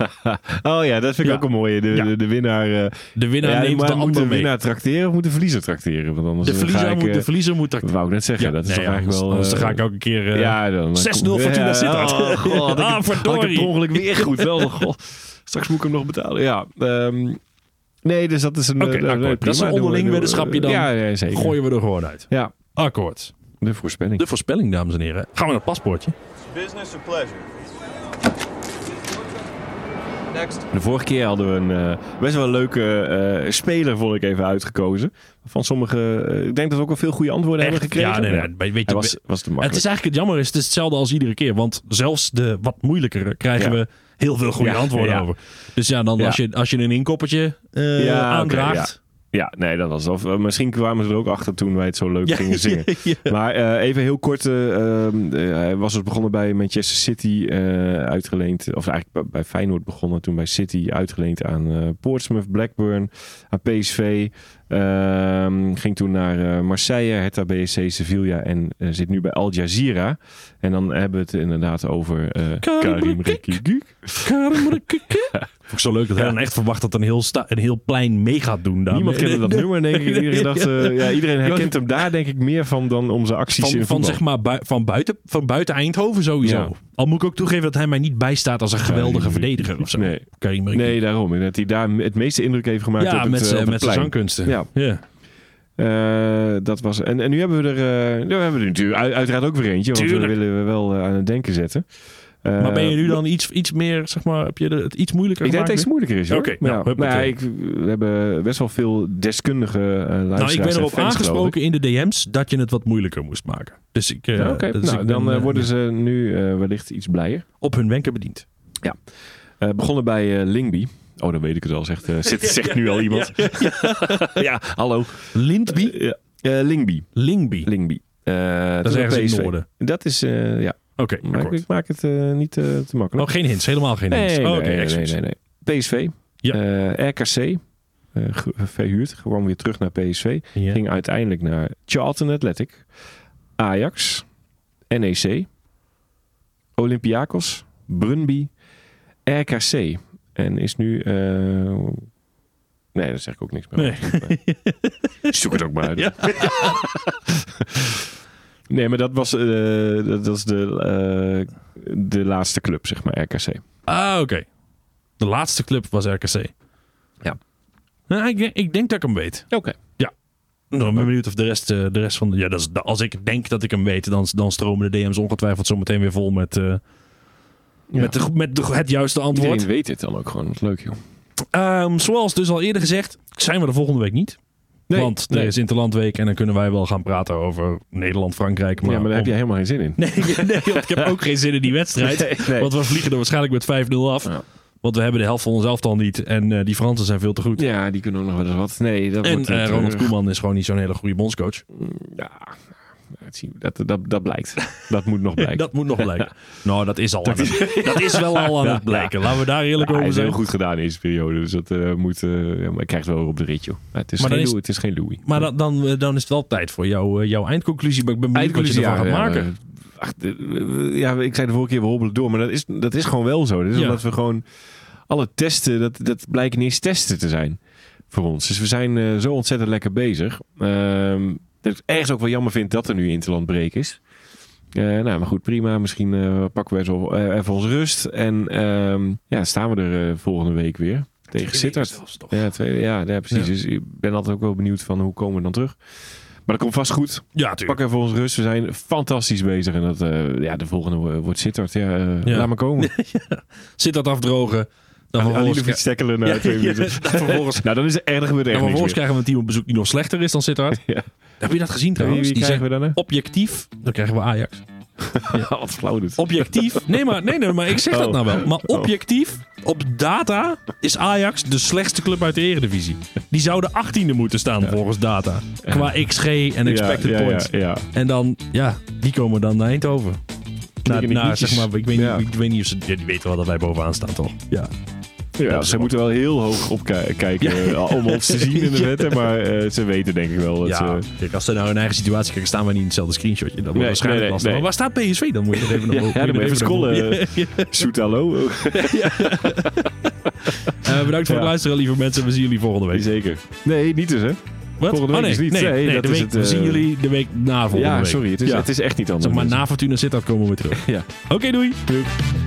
Speaker 5: Oh ja, dat vind ik
Speaker 1: Ja.
Speaker 5: ook een mooie. De,
Speaker 1: Ja.
Speaker 5: de, de winnaar... Uh,
Speaker 1: De winnaar
Speaker 5: ja,
Speaker 1: neemt
Speaker 5: maar
Speaker 1: de
Speaker 5: moet
Speaker 1: ander
Speaker 5: de
Speaker 1: mee.
Speaker 5: winnaar trakteren of moet de verliezer trakteren? Want anders
Speaker 1: De
Speaker 5: dan
Speaker 1: verliezer,
Speaker 5: ga ik,
Speaker 1: moet,
Speaker 5: uh,
Speaker 1: de verliezer moet tracteren.
Speaker 5: wou ik net zeggen, dat is
Speaker 1: nee,
Speaker 5: toch
Speaker 1: ja,
Speaker 5: eigenlijk wel...
Speaker 1: anders
Speaker 5: uh,
Speaker 1: dan ga ik ook een keer uh,
Speaker 5: ja, dan,
Speaker 1: zes nul Fortuna
Speaker 5: ja,
Speaker 1: Sittard.
Speaker 5: Oh, god,
Speaker 1: Ah,
Speaker 5: had ik, had ik
Speaker 1: verdorie.
Speaker 5: het per ongeluk weer goed. Wel, god. Straks moet ik hem nog betalen. Ja, um, nee, dus dat is een...
Speaker 1: Oké,
Speaker 5: uh,
Speaker 1: akkoord.
Speaker 5: nee,
Speaker 1: Dat is een
Speaker 5: prima.
Speaker 1: onderling
Speaker 5: Doe- doe-
Speaker 1: weddenschapje dan.
Speaker 5: Ja, ja, zeker.
Speaker 1: Gooien we er gewoon uit.
Speaker 5: Ja,
Speaker 1: Akkoord.
Speaker 5: de voorspelling.
Speaker 1: De voorspelling, dames en heren. Gaan we naar het paspoortje.
Speaker 8: Business or pleasure? Next.
Speaker 5: De vorige keer hadden we een uh, best wel een leuke uh, speler, vond ik even uitgekozen. Van sommige, uh, ik denk dat we ook wel veel goede antwoorden
Speaker 1: Echt?
Speaker 5: hebben gekregen.
Speaker 1: Ja, nee, nee. Weet je,
Speaker 5: Hij was, was te makkelijk.
Speaker 1: het is eigenlijk het jammer is, het is hetzelfde als iedere keer. Want zelfs de wat moeilijkere krijgen
Speaker 5: Ja.
Speaker 1: we heel veel goede
Speaker 5: Ja,
Speaker 1: antwoorden
Speaker 5: ja.
Speaker 1: over. Dus ja, dan
Speaker 5: Ja.
Speaker 1: Als, je, als je een inkoppertje uh,
Speaker 5: Ja,
Speaker 1: aandraagt...
Speaker 5: oké, Ja, nee, dat was... Of, uh, misschien kwamen ze er ook achter toen wij het zo leuk
Speaker 1: Ja,
Speaker 5: gingen zingen.
Speaker 1: ja, ja.
Speaker 5: Maar uh, even heel kort. Uh, uh, hij was dus begonnen bij Manchester City. Uh, uitgeleend. Of eigenlijk bij Feyenoord begonnen. Toen bij City uitgeleend aan uh, Portsmouth, Blackburn. Aan P S V. Uh, ging toen naar uh, Marseille, Hertha B S C, Sevilla. En uh, zit nu bij Al Jazeera. En dan hebben we het inderdaad over uh, Karim Rekik.
Speaker 1: Karim Rekik. Vond ik zo leuk dat hij dan echt verwacht dat een heel, sta- een heel plein mee gaat doen. Daar.
Speaker 5: Niemand kende dat nummer, denk ik. Iedereen, dacht, uh, ja, iedereen herkent hem daar, denk ik, meer van dan onze acties
Speaker 1: Van,
Speaker 5: in
Speaker 1: van,
Speaker 5: voetbal.
Speaker 1: zeg maar, bui- van, buiten, van buiten Eindhoven sowieso.
Speaker 5: Ja.
Speaker 1: Al moet ik ook toegeven dat hij mij niet bijstaat als een geweldige
Speaker 5: Karim
Speaker 1: verdediger of zo.
Speaker 5: Nee.
Speaker 1: Karim Rekik.
Speaker 5: Nee, daarom. Dat hij daar het meeste indruk heeft gemaakt
Speaker 1: Ja,
Speaker 5: op het,
Speaker 1: met,
Speaker 5: uh,
Speaker 1: z'n-
Speaker 5: op het
Speaker 1: met zijn
Speaker 5: plein.
Speaker 1: zangkunsten.
Speaker 5: Ja.
Speaker 1: Ja.
Speaker 5: Uh, dat was, en, en nu hebben we er, uh, nu hebben we er natuurlijk uit- uiteraard ook weer eentje. Want
Speaker 1: Tuurlijk.
Speaker 5: we willen we wel uh, aan het denken zetten. Uh,
Speaker 1: Maar ben je nu dan iets, iets meer, zeg maar, heb je het iets moeilijker
Speaker 5: Ik denk dat
Speaker 1: gemaakt?
Speaker 5: het iets moeilijker is, hoor.
Speaker 1: Oké,
Speaker 5: Maar
Speaker 1: nou,
Speaker 5: ja,
Speaker 1: huppatee.
Speaker 5: maar ja, ik, we hebben best wel veel deskundige uh, luisteraars.
Speaker 1: Nou, ik ben
Speaker 5: en
Speaker 1: erop
Speaker 5: fans, geloof
Speaker 1: aangesproken in de D M's dat je het wat moeilijker moest maken. Dus ik, uh,
Speaker 5: ik. Ja, Oké,
Speaker 1: dus
Speaker 5: nou,
Speaker 1: ik ben,
Speaker 5: dan uh,
Speaker 1: uh,
Speaker 5: worden ze nu uh, wellicht iets blijer.
Speaker 1: op hun wenken bediend.
Speaker 5: Ja. Uh, begonnen bij uh, Lingby. Oh, dan weet ik het al. Zegt, uh, zegt, zegt nu al iemand. Ja, ja hallo.
Speaker 1: Lindby?
Speaker 5: Uh, uh, Lingby.
Speaker 1: Lingby.
Speaker 5: Lingby. Uh,
Speaker 1: Dat is ergens in het
Speaker 5: P S V.
Speaker 1: noorden.
Speaker 5: Dat is, uh, ja.
Speaker 1: Oké,
Speaker 5: Maar ik,
Speaker 1: akkoord.
Speaker 5: ik maak het uh, niet uh, te makkelijk.
Speaker 1: Oh, geen hints. Helemaal geen hints.
Speaker 5: Nee,
Speaker 1: Oh,
Speaker 5: nee,
Speaker 1: Oké,
Speaker 5: nee,
Speaker 1: excuus.
Speaker 5: nee, nee, nee. P S V.
Speaker 1: Ja.
Speaker 5: Uh, R K C. Uh, ge- verhuurd. Gewoon weer terug naar P S V.
Speaker 1: Ja.
Speaker 5: Ging uiteindelijk naar Charlton Athletic. Ajax. N E C. Olympiakos. Brøndby. R K C. En is nu... Uh... Nee, daar zeg ik ook niks meer over.
Speaker 1: Nee.
Speaker 5: Nee. Zoek het ook maar uit.
Speaker 1: Ja.
Speaker 5: Nee, maar dat was, uh, dat was de, uh, de laatste club, zeg maar, R K C.
Speaker 1: Ah, oké. De laatste club was R K C.
Speaker 5: Ja.
Speaker 1: Nou, ik, ik denk dat ik hem weet.
Speaker 5: Oké.
Speaker 1: Ja. Nou, ik ben benieuwd of de rest, uh, de rest van... De, ja, dat is, als ik denk dat ik hem weet, dan, dan stromen de D M's ongetwijfeld zo meteen weer vol met, uh,
Speaker 5: Ja.
Speaker 1: met, de, met de, het juiste antwoord.
Speaker 5: Iedereen weet dit dan ook gewoon. Wat leuk, joh.
Speaker 1: Um, zoals dus al eerder gezegd, zijn we de volgende week niet.
Speaker 5: Nee,
Speaker 1: Want er
Speaker 5: nee.
Speaker 1: is Interlandweek en dan kunnen wij wel gaan praten over Nederland, Frankrijk. Maar
Speaker 5: ja, maar daar heb
Speaker 1: om-
Speaker 5: jij helemaal geen zin in.
Speaker 1: Nee, nee, want ik heb ook geen zin in die wedstrijd.
Speaker 5: Nee, nee.
Speaker 1: Want we vliegen er waarschijnlijk met vijf nul af.
Speaker 5: Ja.
Speaker 1: Want we hebben de helft van ons elftal niet. En uh, die Fransen zijn veel te goed.
Speaker 5: Ja, die kunnen ook nog wel eens wat. Nee, dat
Speaker 1: en
Speaker 5: wordt
Speaker 1: uh,
Speaker 5: het,
Speaker 1: Ronald
Speaker 5: uh,
Speaker 1: Koeman is gewoon niet zo'n hele goede bondscoach.
Speaker 5: Ja, dat, zien we. dat, dat, dat blijkt. Dat moet nog blijken.
Speaker 1: Dat moet nog blijken. Nou, dat is al aan het, dat is wel al aan
Speaker 5: Ja,
Speaker 1: het blijken. Laten we daar eerlijk
Speaker 5: Ja, hij
Speaker 1: over
Speaker 5: is
Speaker 1: zijn.
Speaker 5: heel goed gedaan in deze periode. Dus dat uh, moet... Uh, ja, maar hij krijgt wel op de rit, joh. Maar het is,
Speaker 1: Maar
Speaker 5: geen,
Speaker 1: dan is-
Speaker 5: Louis, het is geen Louis.
Speaker 1: Maar dan, dan, uh, dan is het wel tijd voor jou, uh, jouw eindconclusie. Maar ik ben benieuwd wat je ervan gaat
Speaker 5: ja,
Speaker 1: maken.
Speaker 5: uh, ach, de- ja, ik zei de vorige keer, we hobbelen door. Maar dat is, dat is gewoon wel zo. Dat is
Speaker 1: Ja.
Speaker 5: omdat we gewoon... Alle testen, dat, dat blijken niet eens testen te zijn voor ons. Dus we zijn uh, zo ontzettend lekker bezig. Um, dat ik ergens ook wel jammer vind dat er nu Interland break is. Uh, nou, maar goed, prima. Misschien uh, pakken we zo, uh, even onze rust. En um, ja, staan we er uh, volgende week weer. Tegen Sittard. Ja, twee, ja, ja, precies.
Speaker 1: Ja.
Speaker 5: Dus ik ben altijd ook wel benieuwd van hoe komen we dan terug. Maar dat komt vast goed.
Speaker 1: Ja, tuurlijk.
Speaker 5: Pak even onze rust. We zijn fantastisch bezig. En dat, uh, ja, de volgende uh, wordt Sittard. Ja, uh,
Speaker 1: Ja.
Speaker 5: laat maar komen.
Speaker 1: Zit dat afdrogen. Dan
Speaker 5: Alleen
Speaker 1: vervolgens,
Speaker 5: of iets stekkelen na
Speaker 1: Ja,
Speaker 5: twee
Speaker 1: ja,
Speaker 5: minuten.
Speaker 1: dan vervolgens-
Speaker 5: nou, dan is er erg gebeurd
Speaker 1: dan
Speaker 5: echt niks
Speaker 1: vervolgens
Speaker 5: meer.
Speaker 1: krijgen we een team op bezoek die nog slechter is dan Sittard.
Speaker 5: Ja.
Speaker 1: Heb je dat gezien
Speaker 5: Wie,
Speaker 1: trouwens?
Speaker 5: wie
Speaker 1: Die
Speaker 5: krijgen
Speaker 1: zijn
Speaker 5: we dan? Hè?
Speaker 1: objectief. Dan krijgen we Ajax.
Speaker 5: Ja, wat flauw doet.
Speaker 1: Objectief. Nee, maar, nee, nee, maar ik zeg dat
Speaker 5: Oh.
Speaker 1: nou wel. Maar objectief, op data, is Ajax de slechtste club uit de Eredivisie. Die zouden achttiende moeten staan volgens data. Qua X G en expected
Speaker 5: ja, ja,
Speaker 1: points.
Speaker 5: Ja, ja.
Speaker 1: En dan, ja, die komen dan naar Eindhoven. Nou,
Speaker 5: in de
Speaker 1: nou,
Speaker 5: knietjes.
Speaker 1: zeg maar, ik weet,
Speaker 5: Ja.
Speaker 1: niet, ik weet niet of ze... Ja, die weten wel dat wij bovenaan staan, toch? Ja.
Speaker 5: Ja,
Speaker 1: dat is
Speaker 5: ze
Speaker 1: wel-
Speaker 5: moeten wel heel hoog opkijken uh, om ons te zien in de
Speaker 1: Ja.
Speaker 5: wetten. Maar uh, ze weten denk ik wel dat
Speaker 1: Ja,
Speaker 5: ze...
Speaker 1: kijk, als ze nou in eigen situatie kijken, staan we niet in hetzelfde screenshotje. Dat wordt
Speaker 5: Nee,
Speaker 1: waarschijnlijk
Speaker 5: nee, nee,
Speaker 1: lastig.
Speaker 5: nee.
Speaker 1: Maar waar staat P S V? Dan moet je er even naar
Speaker 5: Ja,
Speaker 1: boven.
Speaker 5: ja, dan moet je even
Speaker 1: naar boven.
Speaker 5: scrollen.
Speaker 1: Ja, ja.
Speaker 5: Zoet hallo.
Speaker 1: Uh, bedankt voor
Speaker 5: Ja.
Speaker 1: het luisteren, lieve mensen. We zien jullie volgende week.
Speaker 5: Zeker. Nee, niet dus hè.
Speaker 1: Wat?
Speaker 5: Volgende week
Speaker 1: oh, nee,
Speaker 5: is niet.
Speaker 1: Nee,
Speaker 5: Nee,
Speaker 1: nee,
Speaker 5: dat
Speaker 1: de
Speaker 5: is
Speaker 1: week,
Speaker 5: het,
Speaker 1: we
Speaker 5: uh,
Speaker 1: zien jullie de week na volgende
Speaker 5: Ja,
Speaker 1: week.
Speaker 5: sorry. Het is,
Speaker 1: Ja.
Speaker 5: het is echt niet anders.
Speaker 1: Zeg maar
Speaker 5: mensen.
Speaker 1: na Fortuna Sittard komen we weer terug.
Speaker 5: Ja.
Speaker 1: Oké, doei.
Speaker 5: Doei.